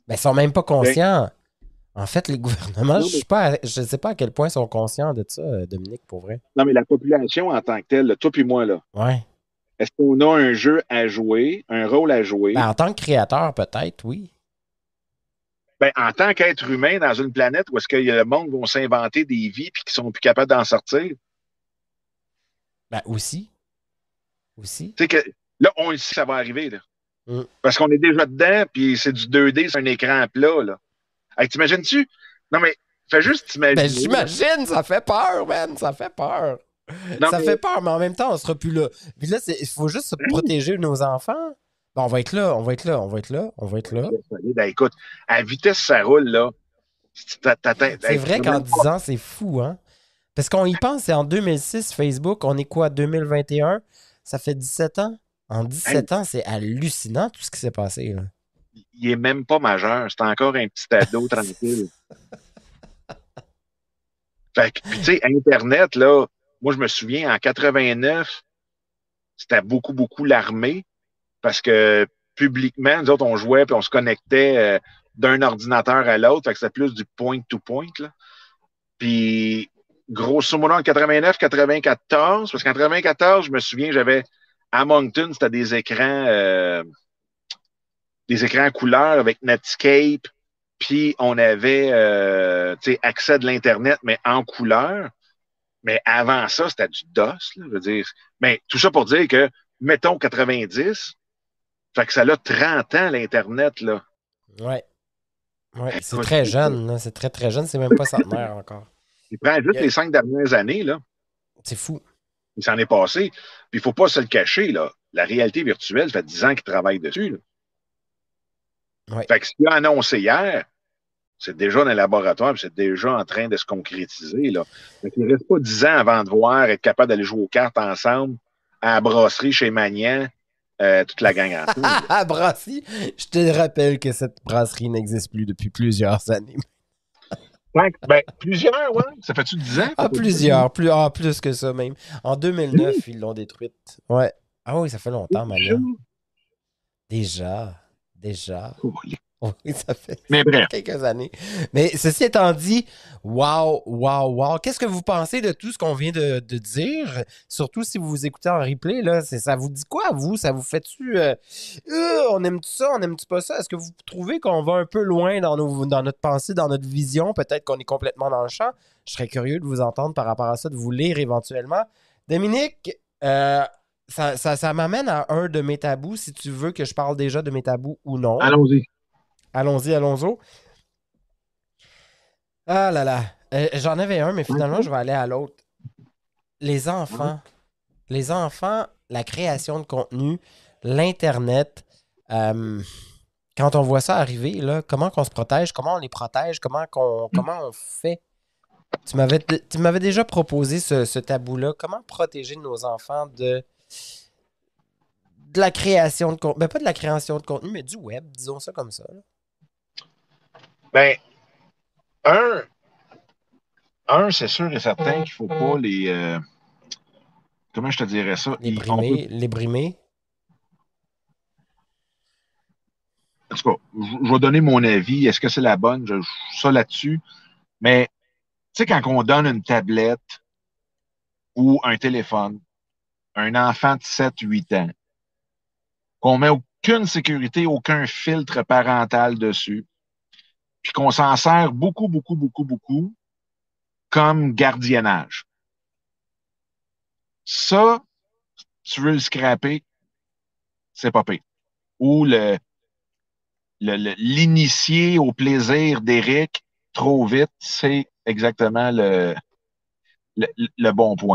Ben, ils sont même pas conscients. En fait, les gouvernements, Non, je ne sais pas à quel point ils sont conscients de ça, Dominique, pour vrai. non, mais la population en tant que telle, là, toi puis moi, là, Ouais. est-ce qu'on a un jeu à jouer, un rôle à Ben, jouer? en tant que créateur, peut-être, oui. Ben, en tant qu'être humain dans une planète où est-ce que le monde va s'inventer des vies puis qui sont plus capables d'en sortir? Ben, aussi. Aussi. Tu sais que là, on le sait que ça va arriver, là. Mm. Parce qu'on est déjà dedans, puis c'est du 2D, c'est un écran plat, là. Hey, t'imagines-tu? Non, mais fais juste Ben, t'imaginer. j'imagine, ça fait peur, man, ça fait peur. Non, Ça mais, fait peur, mais en même temps, on sera plus là. Puis là, il faut juste se protéger nos enfants. Ben, on va être là, on va être là, on va être là, on va être là. ben, écoute, à la vitesse que ça roule, là, C'est vrai qu'en 10 ans, c'est fou, hein? Parce qu'on y pense, c'est en 2006, Facebook, on est quoi, 2021? Ça fait 17 ans? En 17 ans, c'est hallucinant tout ce qui s'est passé, là. il est même pas majeur. C'est encore un petit ado tranquille. Fait que, puis tu sais, Internet, là, moi, je me souviens, en 89, c'était beaucoup, beaucoup l'armée parce que publiquement, nous autres, on jouait puis on se connectait d'un ordinateur à l'autre. Fait que c'était plus du point-to-point, là. Puis, grosso modo, en 89, 94, parce qu'en 94, je me souviens, j'avais à Moncton, c'était des écrans couleurs avec Netscape, puis on avait accès à de l'Internet, mais en couleur. Mais avant ça, c'était du DOS, là, je veux dire. Mais tout ça pour dire que, mettons 90, fait que ça a 30 ans, l'Internet, là. Ouais. Ouais, c'est Écoute, très jeune, là. C'est très, très jeune. C'est même pas centenaire encore. il prend juste les 5 dernières années, là. C'est fou. Il s'en est passé. Puis il faut pas se le cacher, là. La réalité virtuelle, ça fait 10 ans qu'il travaille dessus, là. Ouais. Fait que ce qu'il a annoncé hier, c'est déjà dans le laboratoire, puis c'est déjà en train de se concrétiser, là. Donc, il ne reste pas 10 ans avant de voir être capable d'aller jouer aux cartes ensemble à la brasserie chez Magnan, toute la gang ensemble. Ah, brasserie! Je te rappelle que cette brasserie n'existe plus depuis plusieurs années. Ben, plusieurs, ouais. Ça fait-tu 10 ans? Ah, plusieurs. Plus que ça même. En 2009, ils l'ont détruite. Ouais. Ah oui, ça fait longtemps, Mania. Déjà. Oui, ça fait Mais bref. quelques années. Mais ceci étant dit, wow. Qu'est-ce que vous pensez de tout ce qu'on vient de dire? Surtout si vous vous écoutez en replay, là, ça vous dit quoi, vous? Ça vous fait-tu... on aime-tu ça? On aime-tu pas ça? Est-ce que vous trouvez qu'on va un peu loin dans notre pensée, dans notre vision? Peut-être qu'on est complètement dans le champ. Je serais curieux de vous entendre par rapport à ça, de vous lire éventuellement. Dominique, ça m'amène à un de mes tabous, si tu veux que je parle déjà de mes tabous ou non. Allons-y. Allons-y. Ah là là. J'en avais un, mais finalement, je vais aller à l'autre. Les enfants. Les enfants, la création de contenu, l'Internet. Quand on voit ça arriver, là, comment qu'on se protège, comment on les protège, comment on fait. Tu m'avais déjà proposé ce tabou-là. Comment protéger nos enfants de la création de contenu. Ben, pas de la création de contenu, mais du web, disons ça comme ça. Là. Ben, c'est sûr et certain qu'il ne faut pas les. Comment je te dirais ça? Les brimer. En tout cas, je vais donner mon avis. Est-ce que c'est la bonne? Ça là-dessus. Mais, tu sais, quand on donne une tablette ou un téléphone à un enfant de 7-8 ans, qu'on met aucune sécurité, aucun filtre parental dessus, puis qu'on s'en sert beaucoup comme gardiennage. Ça, tu veux le scraper, c'est pas pire. Ou l'initier au plaisir d'Éric trop vite, c'est exactement le bon point.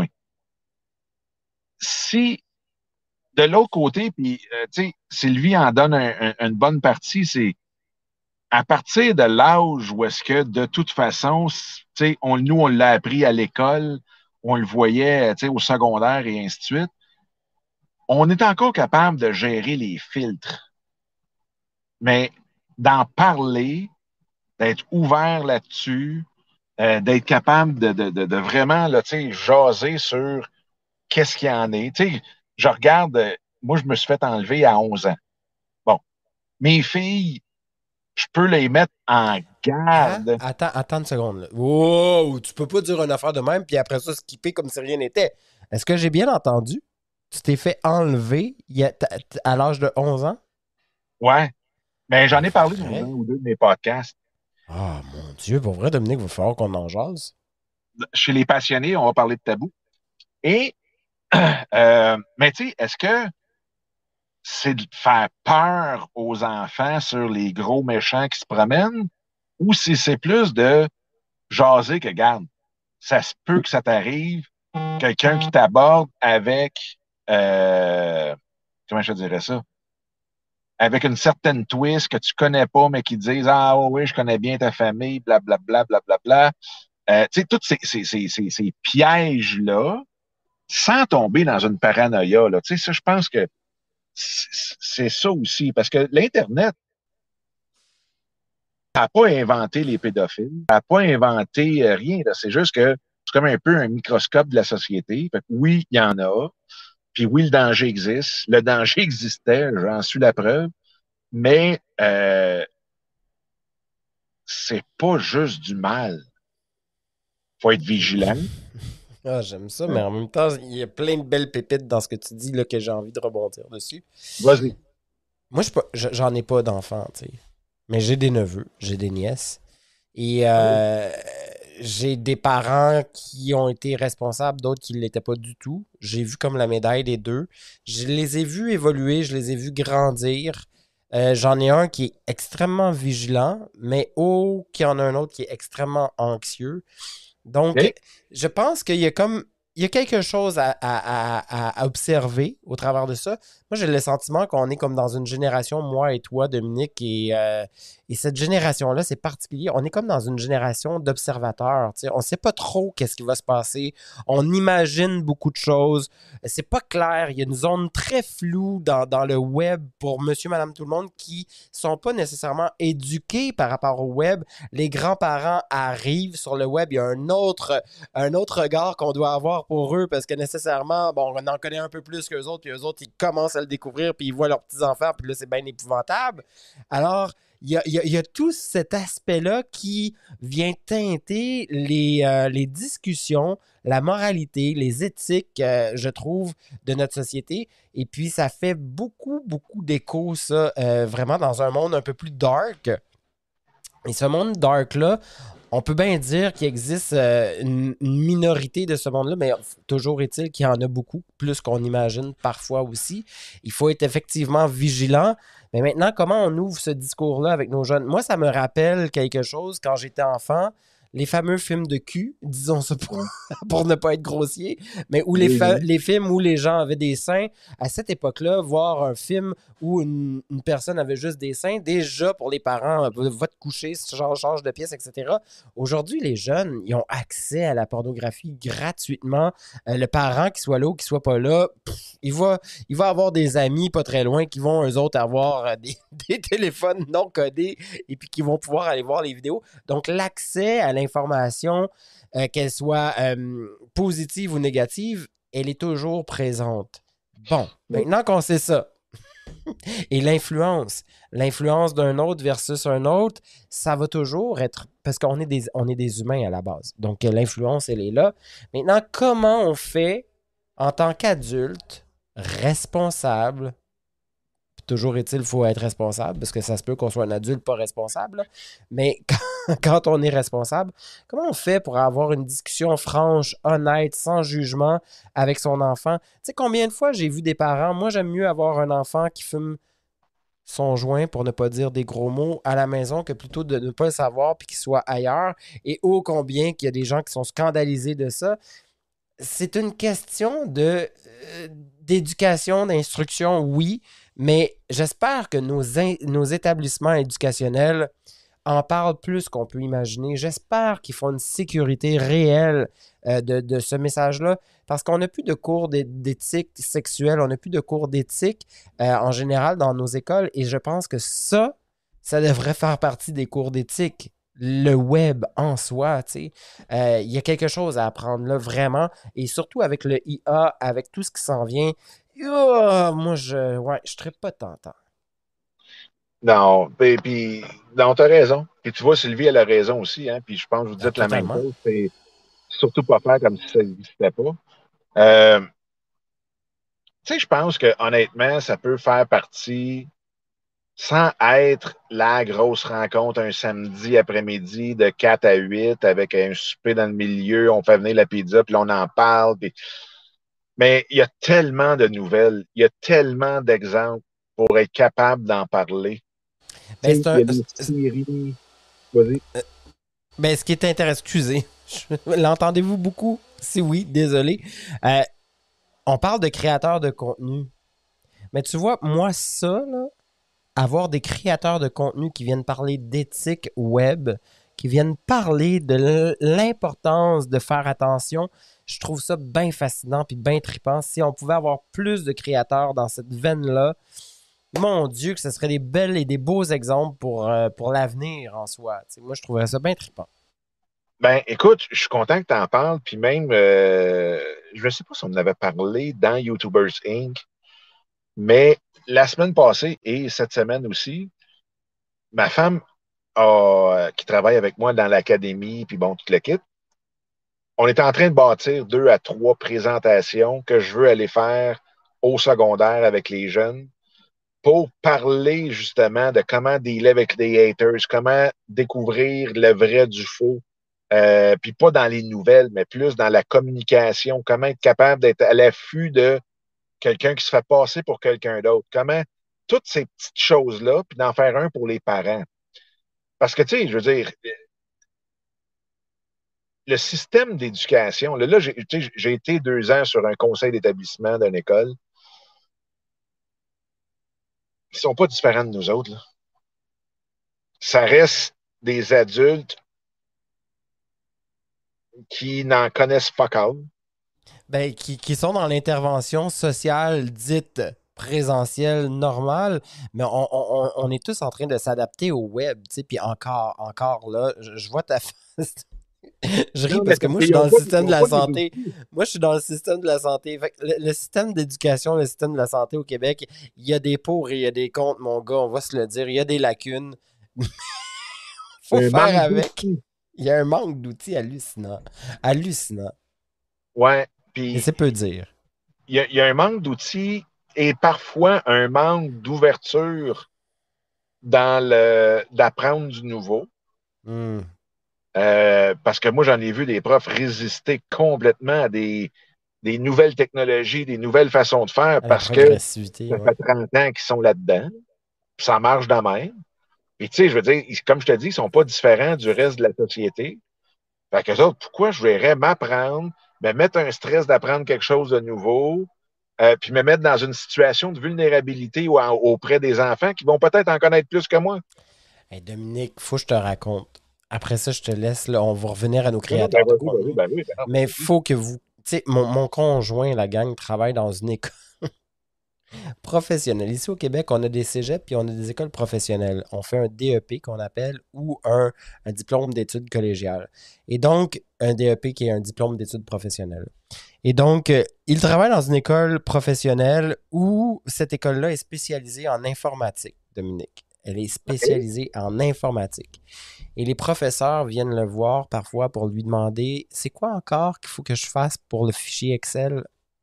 Si de l'autre côté, puis tu sais, Sylvie en donne une bonne partie, c'est à partir de l'âge où est-ce que de toute façon, tu sais, nous, on l'a appris à l'école, on le voyait, tu sais, au secondaire et ainsi de suite, on est encore capable de gérer les filtres. Mais d'en parler, d'être ouvert là-dessus, d'être capable de vraiment là, jaser sur qu'est-ce qu'il y en est. T'sais, je regarde, moi, je me suis fait enlever à 11 ans. Bon, mes filles, je peux les mettre en garde. Attends une seconde. Là. Wow, tu peux pas dire une affaire de même, puis après ça, skipper comme si rien n'était. Est-ce que j'ai bien entendu? Tu t'es fait enlever à l'âge de 11 ans? Ouais. Mais j'en ai parlé dans Vrai? un ou deux de mes podcasts. Ah, mon Dieu, pour vrai, Dominique, il va falloir qu'on en jase. Chez les passionnés, on va parler de tabou. Et, mais tu sais, est-ce que c'est de faire peur aux enfants sur les gros méchants qui se promènent ou si c'est plus de jaser que, garde, ça se peut que ça t'arrive, quelqu'un qui t'aborde avec, comment je te dirais ça? Avec une certaine twist que tu connais pas, mais qui disent, ah oui, je connais bien ta famille, blablabla, blablabla. Tu sais, tous ces pièges-là, sans tomber dans une paranoïa, là, tu sais, ça, je pense que c'est ça aussi, parce que l'Internet n'a pas inventé les pédophiles, n'a pas inventé rien, là. C'est juste que c'est comme un peu un microscope de la société. Fait que oui, il y en a, puis oui, le danger existe. Le danger existait, j'en suis la preuve, mais c'est pas juste du mal. Faut être vigilant. Ah, j'aime ça, mais en même temps, il y a plein de belles pépites dans ce que tu dis là, que j'ai envie de rebondir dessus. Vas-y. Moi, j'en ai pas d'enfants, tu sais. Mais j'ai des neveux, j'ai des nièces. Et j'ai des parents qui ont été responsables, d'autres qui ne l'étaient pas du tout. J'ai vu comme la médaille des deux. Je les ai vus évoluer, je les ai vus grandir. J'en ai un qui est extrêmement vigilant, mais qu'il y en a un autre qui est extrêmement anxieux. Donc, Okay. je pense qu'il y a comme. Il y a quelque chose à observer au travers de ça. Moi, j'ai le sentiment qu'on est comme dans une génération, moi et toi, Dominique, et cette génération-là, c'est particulier. On est comme dans une génération d'observateurs. Tu sais. On ne sait pas trop qu'est-ce qui va se passer. On imagine beaucoup de choses. C'est pas clair. Il y a une zone très floue dans le web pour monsieur, madame, tout le monde qui sont pas nécessairement éduqués par rapport au web. Les grands-parents arrivent sur le web. Il y a un autre regard qu'on doit avoir pour eux parce que nécessairement, bon, on en connaît un peu plus qu'eux autres, puis eux autres, ils commencent à le découvrir, puis ils voient leurs petits-enfants, puis là, c'est bien épouvantable. Alors, il y a tout cet aspect-là qui vient teinter les discussions, la moralité, les éthiques, je trouve, de notre société. Et puis, ça fait beaucoup, beaucoup d'écho, ça, vraiment dans un monde un peu plus dark. Et ce monde dark-là, on peut bien dire qu'il existe une minorité de ce monde-là, mais toujours est-il qu'il y en a beaucoup, plus qu'on imagine parfois aussi. Il faut être effectivement vigilant. Mais maintenant, comment on ouvre ce discours-là avec nos jeunes? Moi, ça me rappelle quelque chose quand j'étais enfant. Les fameux films de cul, disons ça pour ne pas être grossier, mais où les films où les gens avaient des seins, à cette époque-là, voir un film où une personne avait juste des seins, déjà pour les parents, va te coucher, change de pièce, etc. Aujourd'hui, les jeunes, ils ont accès à la pornographie gratuitement. Le parent, qui soit là ou qui soit pas là, il va avoir des amis pas très loin qui vont, eux autres, avoir des téléphones non codés et puis qui vont pouvoir aller voir les vidéos. Donc, l'accès à l'information, qu'elle soit positive ou négative, elle est toujours présente. Bon, maintenant qu'on sait ça, et l'influence d'un autre versus un autre, ça va toujours être, parce qu'on est des humains à la base. Donc, l'influence, elle est là. Maintenant, comment on fait en tant qu'adulte, responsable, toujours est-il, il faut être responsable, parce que ça se peut qu'on soit un adulte pas responsable, là. Mais quand on est responsable, comment on fait pour avoir une discussion franche, honnête, sans jugement avec son enfant? Tu sais, combien de fois j'ai vu des parents, moi j'aime mieux avoir un enfant qui fume son joint, pour ne pas dire des gros mots, à la maison que plutôt de ne pas le savoir puis qu'il soit ailleurs. Et ô combien qu'il y a des gens qui sont scandalisés de ça. C'est une question d'éducation, d'instruction, oui, mais j'espère que nos établissements éducationnels en parlent plus qu'on peut imaginer. J'espère qu'ils font une sécurité réelle de ce message-là, parce qu'on n'a plus de cours d'éthique sexuelle, on n'a plus de cours d'éthique en général dans nos écoles, et je pense que ça devrait faire partie des cours d'éthique. Le web en soi, tu sais. Il y a quelque chose à apprendre là, vraiment. Et surtout avec le IA, avec tout ce qui s'en vient. Moi, je trippe pas tant. Non, puis, non, t'as raison. Puis tu vois, Sylvie, elle a raison aussi, hein. Puis je pense que vous Ah, dites la même totalement. chose. C'est surtout pas faire comme si ça n'existait pas. Euh, Tu sais, je pense que honnêtement, ça peut faire partie, sans être la grosse rencontre un samedi après-midi de 4 à 8 avec un souper dans le milieu, on fait venir la pizza, puis là, on en parle. Mais il y a tellement de nouvelles, il y a tellement d'exemples pour être capable d'en parler. Tu Ben, sais, il y a des séries. Vas-y. ben, ce qui est intéressant, excusez, l'entendez-vous beaucoup? Si oui, désolé. Euh, on parle de créateurs de contenu. Mais tu vois, moi, ça, là, avoir des créateurs de contenu qui viennent parler d'éthique web, qui viennent parler de l'importance de faire attention, je trouve ça bien fascinant puis bien trippant. Si on pouvait avoir plus de créateurs dans cette veine-là, mon Dieu, que ce serait des belles et des beaux exemples pour l'avenir en soi. T'sais, moi, je trouverais ça bien trippant. Ben, écoute, je suis content que tu en parles, puis même, je ne sais pas si on en avait parlé dans YouTubers Inc., mais la semaine passée et cette semaine aussi, ma femme qui travaille avec moi dans l'académie, puis bon, toute l'équipe, on est en train de bâtir 2 à 3 présentations que je veux aller faire au secondaire avec les jeunes pour parler justement de comment dealer avec les haters, comment découvrir le vrai du faux. Puis pas dans les nouvelles, mais plus dans la communication, comment être capable d'être à l'affût de quelqu'un qui se fait passer pour quelqu'un d'autre. Comment toutes ces petites choses-là, puis d'en faire un pour les parents. Parce que, tu sais, je veux dire, le système d'éducation, là j'ai été 2 ans sur un conseil d'établissement d'une école. Ils sont pas différents de nous autres, là. Ça reste des adultes qui n'en connaissent pas qu'un. Ben, qui sont dans l'intervention sociale dite présentielle normale, mais on est tous en train de s'adapter au web, tu sais, puis encore là, je vois ta face. Je ris Non, mais parce que parce moi, je qu'ils suis dans n'ont le pas, système ils de ont la pas les santé. outils. Moi, je suis dans le système de la santé. Fait que le système d'éducation, le système de la santé au Québec, il y a des pour et il y a des contre, mon gars, on va se le dire. Il y a des lacunes. Faut Un faire manque avec. d'outils. Il y a un manque d'outils hallucinant. Hallucinant. Ouais. Et Puis c'est peu dire. il y a un manque d'outils et parfois un manque d'ouverture dans le d'apprendre du nouveau. Hmm. Parce que moi, j'en ai vu des profs résister complètement à des nouvelles technologies, des nouvelles façons de faire À la parce que progressivité, ça ouais. fait 30 ans qu'ils sont là-dedans. Puis ça marche de même. Puis, tu sais, je veux dire, comme je te dis, ils sont pas différents du reste de la société. Fait que autres, pourquoi je verrais m'apprendre, me mettre un stress d'apprendre quelque chose de nouveau, puis me mettre dans une situation de vulnérabilité auprès des enfants qui vont peut-être en connaître plus que moi? Hey, Dominique, faut que je te raconte. Après ça, je te laisse. Là, on va revenir à nos Non, non, ben créateurs de vas-y, contenu. ben oui, ben non, Mais vas-y. faut que vous. Tu sais, mon conjoint, la gang, travaille dans une école professionnelle. Ici au Québec, on a des cégeps puis on a des écoles professionnelles. On fait un DEP qu'on appelle ou un diplôme d'études collégiales. Et donc, un DEP qui est un diplôme d'études professionnelles. Et donc, il travaille dans une école professionnelle où cette école-là est spécialisée en informatique, Dominique. Elle est OK. spécialisée en informatique. Et les professeurs viennent le voir parfois pour lui demander c'est quoi encore qu'il faut que je fasse pour le fichier Excel.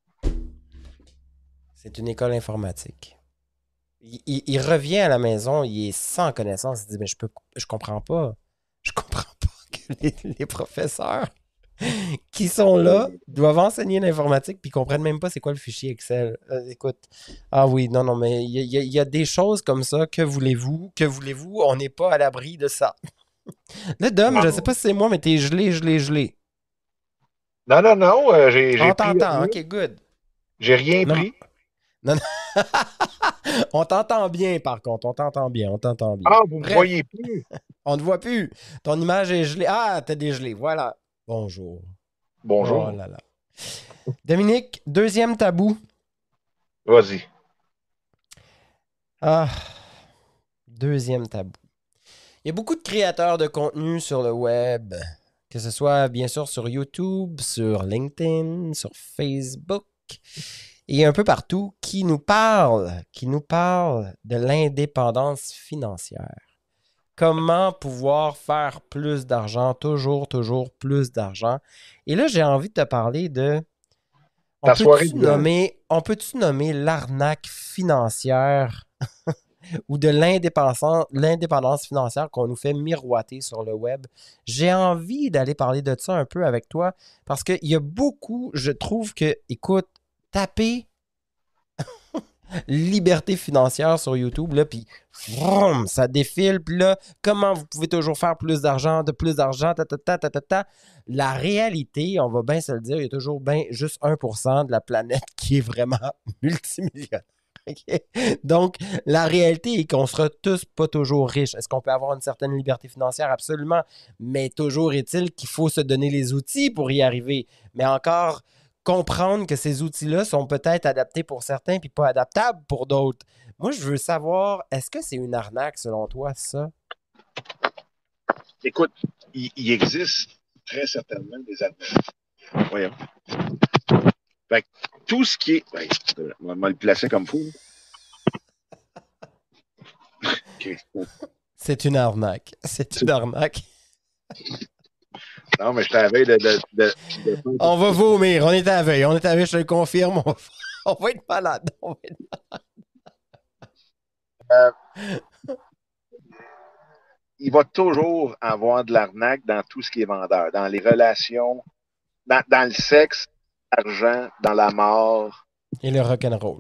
C'est une école informatique. Il revient à la maison, il est sans connaissance, il dit mais je comprends pas. Je comprends pas que les professeurs qui sont là doivent enseigner l'informatique puis ils comprennent même pas c'est quoi le fichier Excel. Écoute, ah oui, non, non, mais il y a des choses comme ça. Que voulez-vous? Que voulez-vous? On n'est pas à l'abri de ça. Là, Dom, je sais Non, pas si c'est moi, mais t'es gelé, gelé, gelé. non, non, non, j'ai On pris t'entend, rien. ok, good. J'ai rien Non, non, pris. non, non. On t'entend bien, par contre, on t'entend bien, on t'entend bien. Ah, vous me Bref, voyez plus. on ne voit plus. Ton image est gelée. Ah, t'es dégelé, voilà. Bonjour. Oh Bonjour. là là. Dominique, deuxième tabou. Vas-y. Ah, deuxième tabou. Il y a beaucoup de créateurs de contenu sur le web, que ce soit bien sûr sur YouTube, sur LinkedIn, sur Facebook. et un peu partout qui nous parle de l'indépendance financière. Comment pouvoir faire plus d'argent, toujours plus d'argent. Et là, j'ai envie de te parler de... On peut-tu nommer l'arnaque financière ou de l'indépendance financière qu'on nous fait miroiter sur le web? J'ai envie d'aller parler de ça un peu avec toi parce qu'il y a beaucoup, je trouve que, écoute, taper liberté financière sur YouTube, là, puis ça défile, puis là, comment vous pouvez toujours faire plus d'argent, ta. La réalité, on va bien se le dire, il y a toujours bien juste 1% de la planète qui est vraiment multimillionnaire. Okay? Donc, la réalité est qu'on sera tous pas toujours riches. Est-ce qu'on peut avoir une certaine liberté financière? Absolument. Mais toujours est-il qu'il faut se donner les outils pour y arriver. Mais encore, comprendre que ces outils-là sont peut-être adaptés pour certains puis pas adaptables pour d'autres. Moi, je veux savoir, est-ce que c'est une arnaque selon toi, ça? Écoute, il existe très certainement des arnaques. Voyons. Fait que tout ce qui est... Ben, on va le placer comme fou. Okay. C'est une arnaque. C'est une arnaque. Non, mais je t'avais de... On va vomir. On est à la veille. On est à la veille, je te le confirme. On va être malade. Il va toujours avoir de l'arnaque dans tout ce qui est vendeur. Dans les relations, dans le sexe, l'argent, dans la mort. Et le rock'n'roll.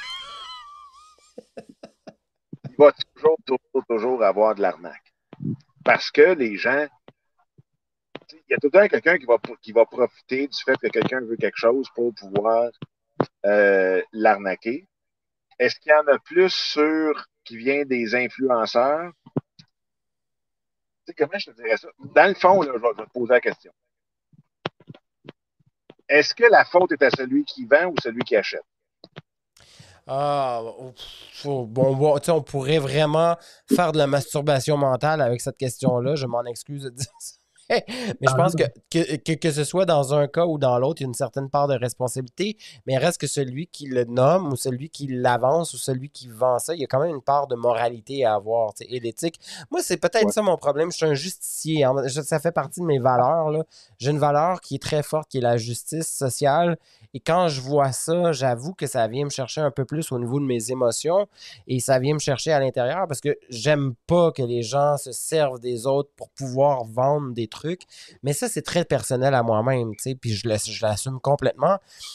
Il va toujours avoir de l'arnaque. Parce que les gens... Il y a tout le temps quelqu'un qui va profiter du fait que quelqu'un veut quelque chose pour pouvoir l'arnaquer. Est-ce qu'il y en a plus qui vient des influenceurs? Tu sais, comment je te dirais ça? Dans le fond, là, je vais te poser la question. Est-ce que la faute est à celui qui vend ou celui qui achète? Bon, on pourrait vraiment faire de la masturbation mentale avec cette question-là. Je m'en excuse de dire ça. Mais je pense que ce soit dans un cas ou dans l'autre, il y a une certaine part de responsabilité, mais il reste que celui qui le nomme ou celui qui l'avance ou celui qui vend ça, il y a quand même une part de moralité à avoir et d'éthique. Moi, c'est peut-être ça mon problème. Je suis un justicier. Ça fait partie de mes valeurs, là. J'ai une valeur qui est très forte, qui est la justice sociale. Et quand je vois ça, j'avoue que ça vient me chercher un peu plus au niveau de mes émotions et ça vient me chercher à l'intérieur parce que j'aime pas que les gens se servent des autres pour pouvoir vendre des trucs. Mais ça, c'est très personnel à moi-même, tu sais, puis je l'assume complètement.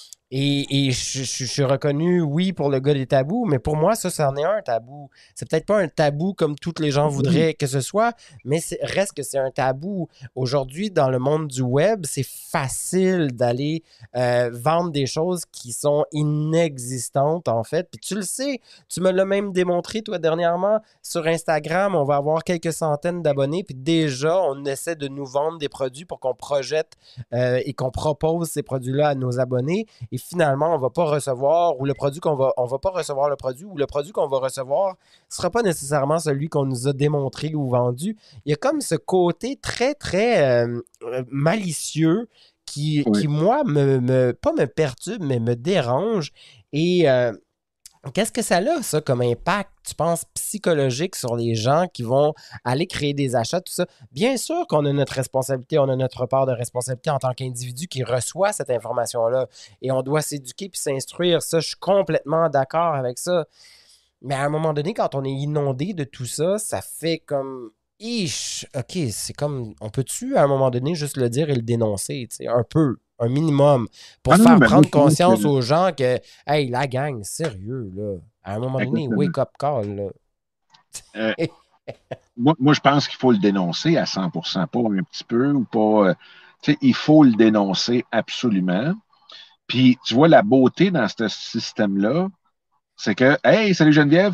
Et je suis reconnu, oui, pour le gars des tabous, mais pour moi, ça en est un tabou. C'est peut-être pas un tabou comme tous les gens voudraient que ce soit, mais reste que c'est un tabou. Aujourd'hui, dans le monde du web, c'est facile d'aller vendre des choses qui sont inexistantes, en fait. Puis tu le sais, tu me l'as même démontré, toi, dernièrement, sur Instagram, on va avoir quelques centaines d'abonnés, puis déjà, on essaie de nous vendre des produits pour qu'on projette et qu'on propose ces produits-là à nos abonnés. Et finalement, on va pas recevoir, ou le produit on va pas recevoir le produit, ou le produit qu'on va recevoir ne sera pas nécessairement celui qu'on nous a démontré ou vendu. Il y a comme ce côté très, très malicieux qui moi, pas me perturbe, mais me dérange. Et qu'est-ce que ça a, ça, comme impact, tu penses, psychologique sur les gens qui vont aller créer des achats, tout ça? Bien sûr qu'on a notre responsabilité, on a notre part de responsabilité en tant qu'individu qui reçoit cette information-là. Et on doit s'éduquer puis s'instruire. Ça, je suis complètement d'accord avec ça. Mais à un moment donné, quand on est inondé de tout ça, ça fait comme... OK, c'est comme... On peut-tu, à un moment donné, juste le dire et le dénoncer, tu sais, un peu, un minimum, pour faire prendre conscience aux gens que, hey, la gang, sérieux, là, à un moment donné, wake up call, là. Moi, je pense qu'il faut le dénoncer à 100%, pas un petit peu ou pas... tu sais, il faut le dénoncer absolument. Puis, tu vois, la beauté dans ce système-là, c'est que, hey, salut Geneviève,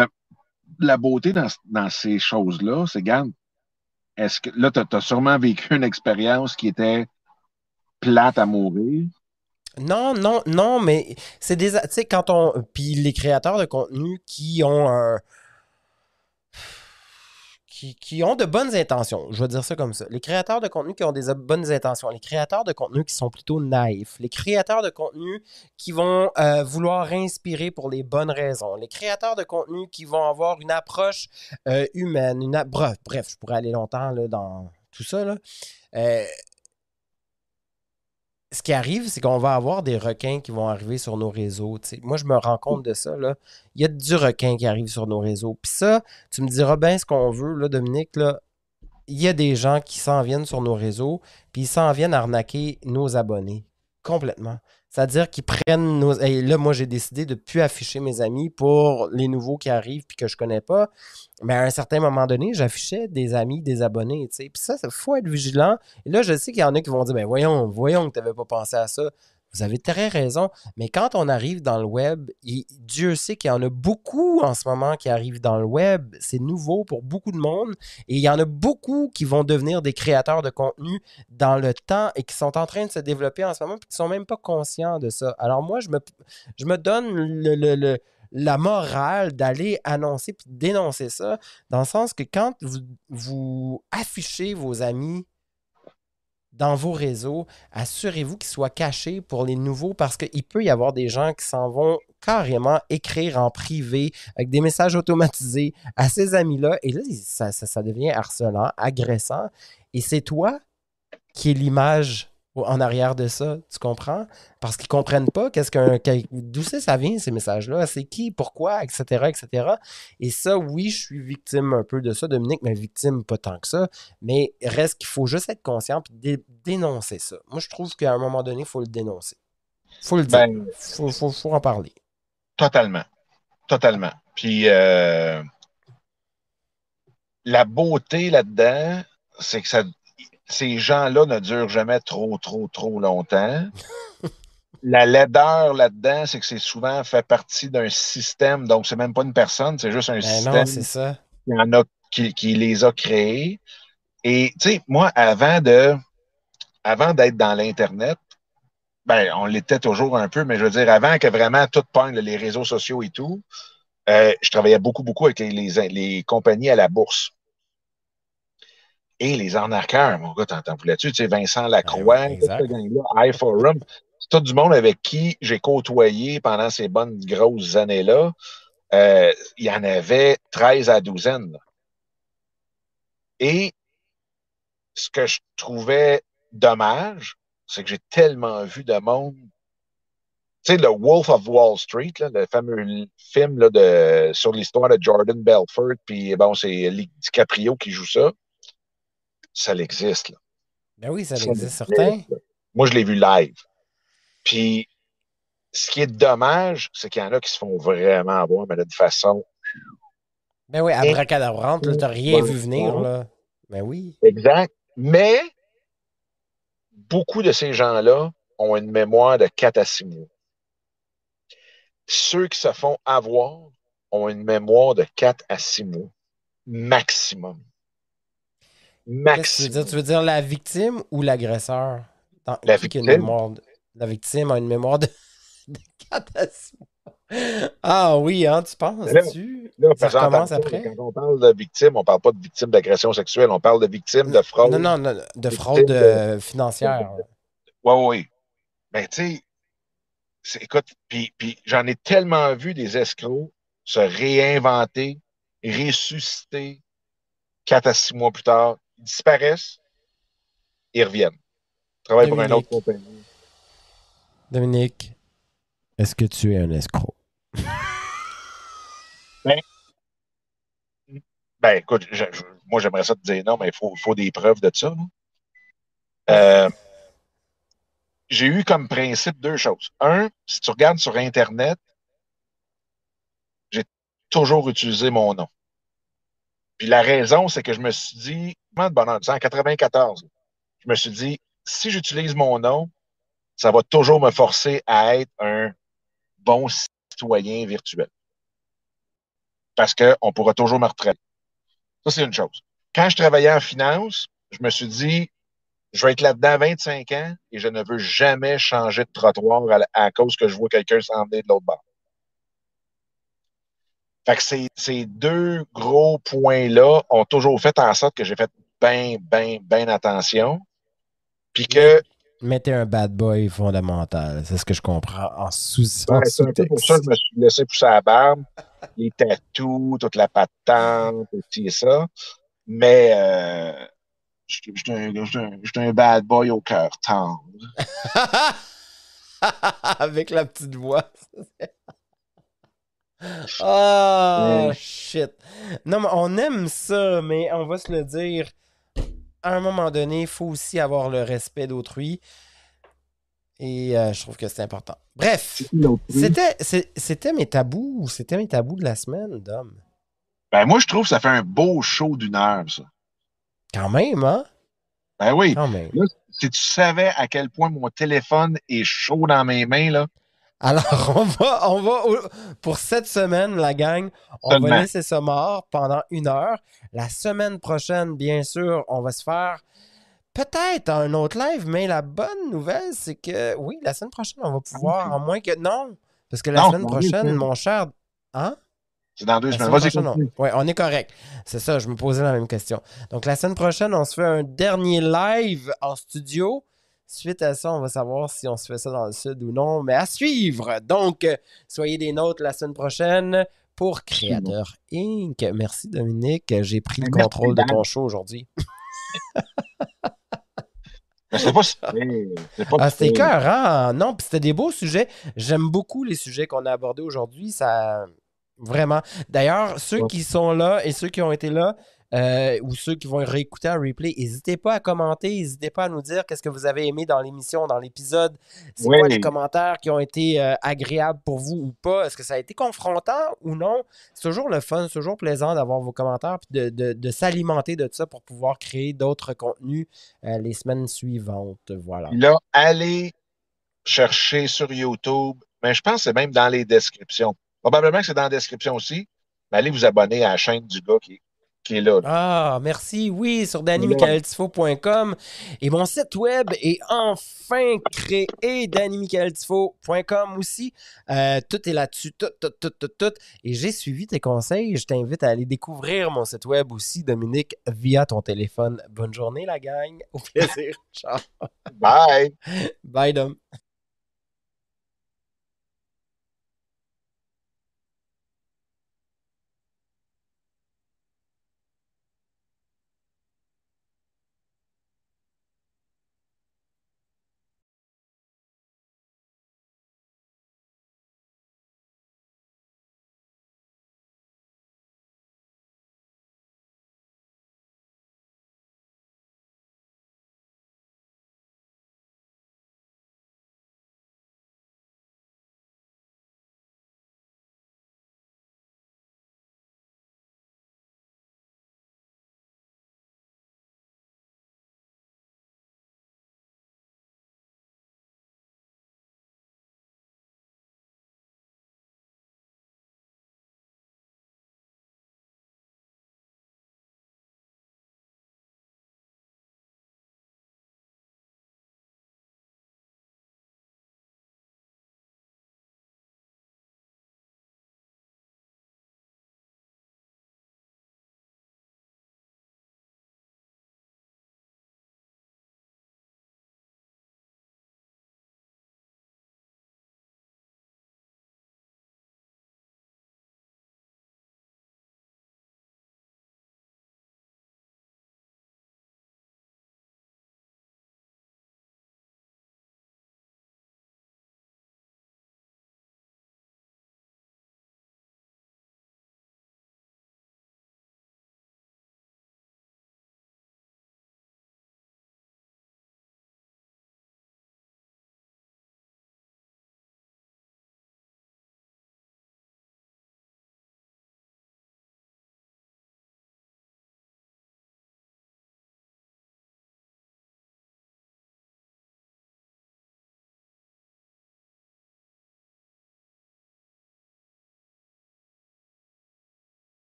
la beauté dans ces choses-là, c'est, regarde, est-ce que là, tu as sûrement vécu une expérience qui était plate à mourir. Non, mais c'est des... Tu sais, quand puis les créateurs de contenu qui ont qui ont de bonnes intentions. Je vais dire ça comme ça. Les créateurs de contenu qui ont des bonnes intentions. Les créateurs de contenu qui sont plutôt naïfs. Les créateurs de contenu qui vont vouloir inspirer pour les bonnes raisons. Les créateurs de contenu qui vont avoir une approche humaine. Bref, je pourrais aller longtemps là, dans tout ça. Là. Ce qui arrive, c'est qu'on va avoir des requins qui vont arriver sur nos réseaux. T'sais. Moi, je me rends compte de ça. Là. Il y a du requin qui arrive sur nos réseaux. Puis ça, tu me diras bien ce qu'on veut, là, Dominique. Là. Il y a des gens qui s'en viennent sur nos réseaux, puis ils s'en viennent arnaquer nos abonnés. Complètement. C'est-à-dire qu'ils prennent nos... Et là, moi, j'ai décidé de ne plus afficher mes amis pour les nouveaux qui arrivent puis que je ne connais pas. Mais à un certain moment donné, j'affichais des amis, des abonnés. T'sais. Puis ça, il faut être vigilant. Et là, je sais qu'il y en a qui vont dire, ben voyons que tu n'avais pas pensé à ça. Vous avez très raison. Mais quand on arrive dans le web, Dieu sait qu'il y en a beaucoup en ce moment qui arrivent dans le web. C'est nouveau pour beaucoup de monde. Et il y en a beaucoup qui vont devenir des créateurs de contenu dans le temps et qui sont en train de se développer en ce moment et qui ne sont même pas conscients de ça. Alors moi, je me donne la morale d'aller annoncer puis dénoncer ça, dans le sens que quand vous affichez vos amis dans vos réseaux, assurez-vous qu'ils soient cachés pour les nouveaux parce qu'il peut y avoir des gens qui s'en vont carrément écrire en privé avec des messages automatisés à ces amis-là et là, ça devient harcelant, agressant et c'est toi qui es l'image en arrière de ça, tu comprends? Parce qu'ils ne comprennent pas d'où ça vient ces messages-là, c'est qui, pourquoi, etc., etc. Et ça, oui, je suis victime un peu de ça, Dominique, mais victime pas tant que ça, mais reste qu'il faut juste être conscient et dénoncer ça. Moi, je trouve qu'à un moment donné, il faut le dénoncer. Il faut le dire. Il faut en parler. Totalement. Totalement. Puis la beauté là-dedans, c'est que ces gens-là ne durent jamais trop longtemps. La laideur là-dedans, c'est que c'est souvent fait partie d'un système, donc c'est même pas une personne, c'est juste un système non, c'est ça. Qui les a créés. Et tu sais, moi, avant d'être dans l'Internet, ben, on l'était toujours un peu, mais je veux dire, avant que vraiment tout pogne, les réseaux sociaux et tout, je travaillais beaucoup avec les compagnies à la bourse. Et les arnaqueurs, mon gars, t'en voulais-tu? Tu sais, Vincent Lacroix, toute cette gang-là, iForum, c'est tout du monde avec qui j'ai côtoyé pendant ces bonnes grosses années-là. Il y en avait 13 à douzaine. Là. Et ce que je trouvais dommage, c'est que j'ai tellement vu de monde. Tu sais, le Wolf of Wall Street, là, le fameux film là, sur l'histoire de Jordan Belfort, puis bon, c'est DiCaprio qui joue ça. Ça existe. Là. Ben oui, ça existe, certain. Moi, je l'ai vu live. Puis, ce qui est dommage, c'est qu'il y en a qui se font vraiment avoir, mais de façon. Ben oui, abracadabrante, là, t'as rien vu venir, là. Ben oui. Exact. Mais, beaucoup de ces gens-là ont une mémoire de 4 à 6 mois. Ceux qui se font avoir ont une mémoire de 4 à 6 mois. Maximum. Qu'est-ce que tu veux dire? Tu veux dire la victime ou l'agresseur? La victime. La victime a une mémoire de 4 à 6 mois. Ah oui, hein, tu penses-tu? Ça recommence après? Quand on parle de victime, on ne parle pas de victime d'agression sexuelle, on parle de victime de fraude. Non, de fraude financière. Oui. Ben, tu sais, écoute, puis j'en ai tellement vu des escrocs se réinventer, ressusciter 4 à 6 mois plus tard. Ils disparaissent, ils reviennent. Ils travaillent pour une autre compagnie. Dominique, est-ce que tu es un escroc? Écoute, moi, j'aimerais ça te dire non, mais il faut des preuves de ça. J'ai eu comme principe 2 choses. Un, si tu regardes sur Internet, j'ai toujours utilisé mon nom. Puis la raison, c'est que je me suis dit, en 94, je me suis dit, si j'utilise mon nom, ça va toujours me forcer à être un bon citoyen virtuel. Parce qu'on pourra toujours me retraiter. Ça, c'est une chose. Quand je travaillais en finance, je me suis dit, je vais être là-dedans 25 ans et je ne veux jamais changer de trottoir à cause que je vois quelqu'un s'en venir de l'autre bord. Fait que ces deux gros points-là ont toujours fait en sorte que j'ai fait bien attention. Puis que. Mais t'es un bad boy fondamental. C'est ce que je comprends en C'est un peu pour ça que sous-texte. je me suis laissé pousser la barbe, les tatous, toute la patente, et ci et ça. Mais j'étais un bad boy au cœur tendre. Avec la petite voix. Oh, Mais shit. Non, mais on aime ça, mais on va se le dire. À un moment donné, il faut aussi avoir le respect d'autrui. Et je trouve que c'est important. c'est Bref, qui l'autre prix? c'était mes tabous. C'était mes tabous de la semaine, Dom. Ben moi, je trouve que ça fait un beau show d'une heure, ça. Quand même, hein? Ben oui. Quand même. Là, si tu savais à quel point mon téléphone est chaud dans mes mains, là, Alors, pour cette semaine, la gang, on va seulement. laisser ça mort pendant 1 heure. La semaine prochaine, bien sûr, on va se faire peut-être un autre live, mais la bonne nouvelle, c'est que oui, la semaine prochaine, on va pouvoir, à moins que. Non, parce que la Non, c'est semaine dans deux prochaine, semaines. mon cher. Hein? C'est dans 2 semaines. semaine Vas-y, prochaine, non. continue. Oui, on est correct. C'est ça, je me posais la même question. Donc, la semaine prochaine, on se fait un dernier live en studio. Suite à ça, on va savoir si on se fait ça dans le sud ou non, mais à suivre. Donc, soyez des nôtres la semaine prochaine pour Absolument. Créateur Inc. Merci, Dominique. J'ai pris le Ben, merci, contrôle de Dan. ton show aujourd'hui. Ben, c'était pas si pire. C'était pas Ah, si c'était pire. cœur, hein? Non, puis c'était des beaux sujets. J'aime beaucoup les sujets qu'on a abordés aujourd'hui. Ça, vraiment. D'ailleurs, ceux qui sont là et ceux qui ont été là, ou ceux qui vont réécouter un replay, n'hésitez pas à commenter, n'hésitez pas à nous dire qu'est-ce que vous avez aimé dans l'émission, dans l'épisode. C'est quoi les Oui. commentaires qui ont été agréables pour vous ou pas? Est-ce que ça a été confrontant ou non? C'est toujours le fun, c'est toujours plaisant d'avoir vos commentaires et de s'alimenter de ça pour pouvoir créer d'autres contenus les semaines suivantes. Voilà. Puis là, allez chercher sur YouTube. Mais je pense que c'est même dans les descriptions. Probablement que c'est dans la description aussi. Mais allez vous abonner à la chaîne du gars qui est là. Ah, merci. Oui, sur Il est là. dannymichaeltifo.com. Et mon site web est enfin créé, dannymichaeltifo.com aussi. Tout est là-dessus, tout. Et j'ai suivi tes conseils. Je t'invite à aller découvrir mon site web aussi, Dominique, via ton téléphone. Bonne journée, la gang. Au plaisir. Ciao. Bye! Bye, Dom.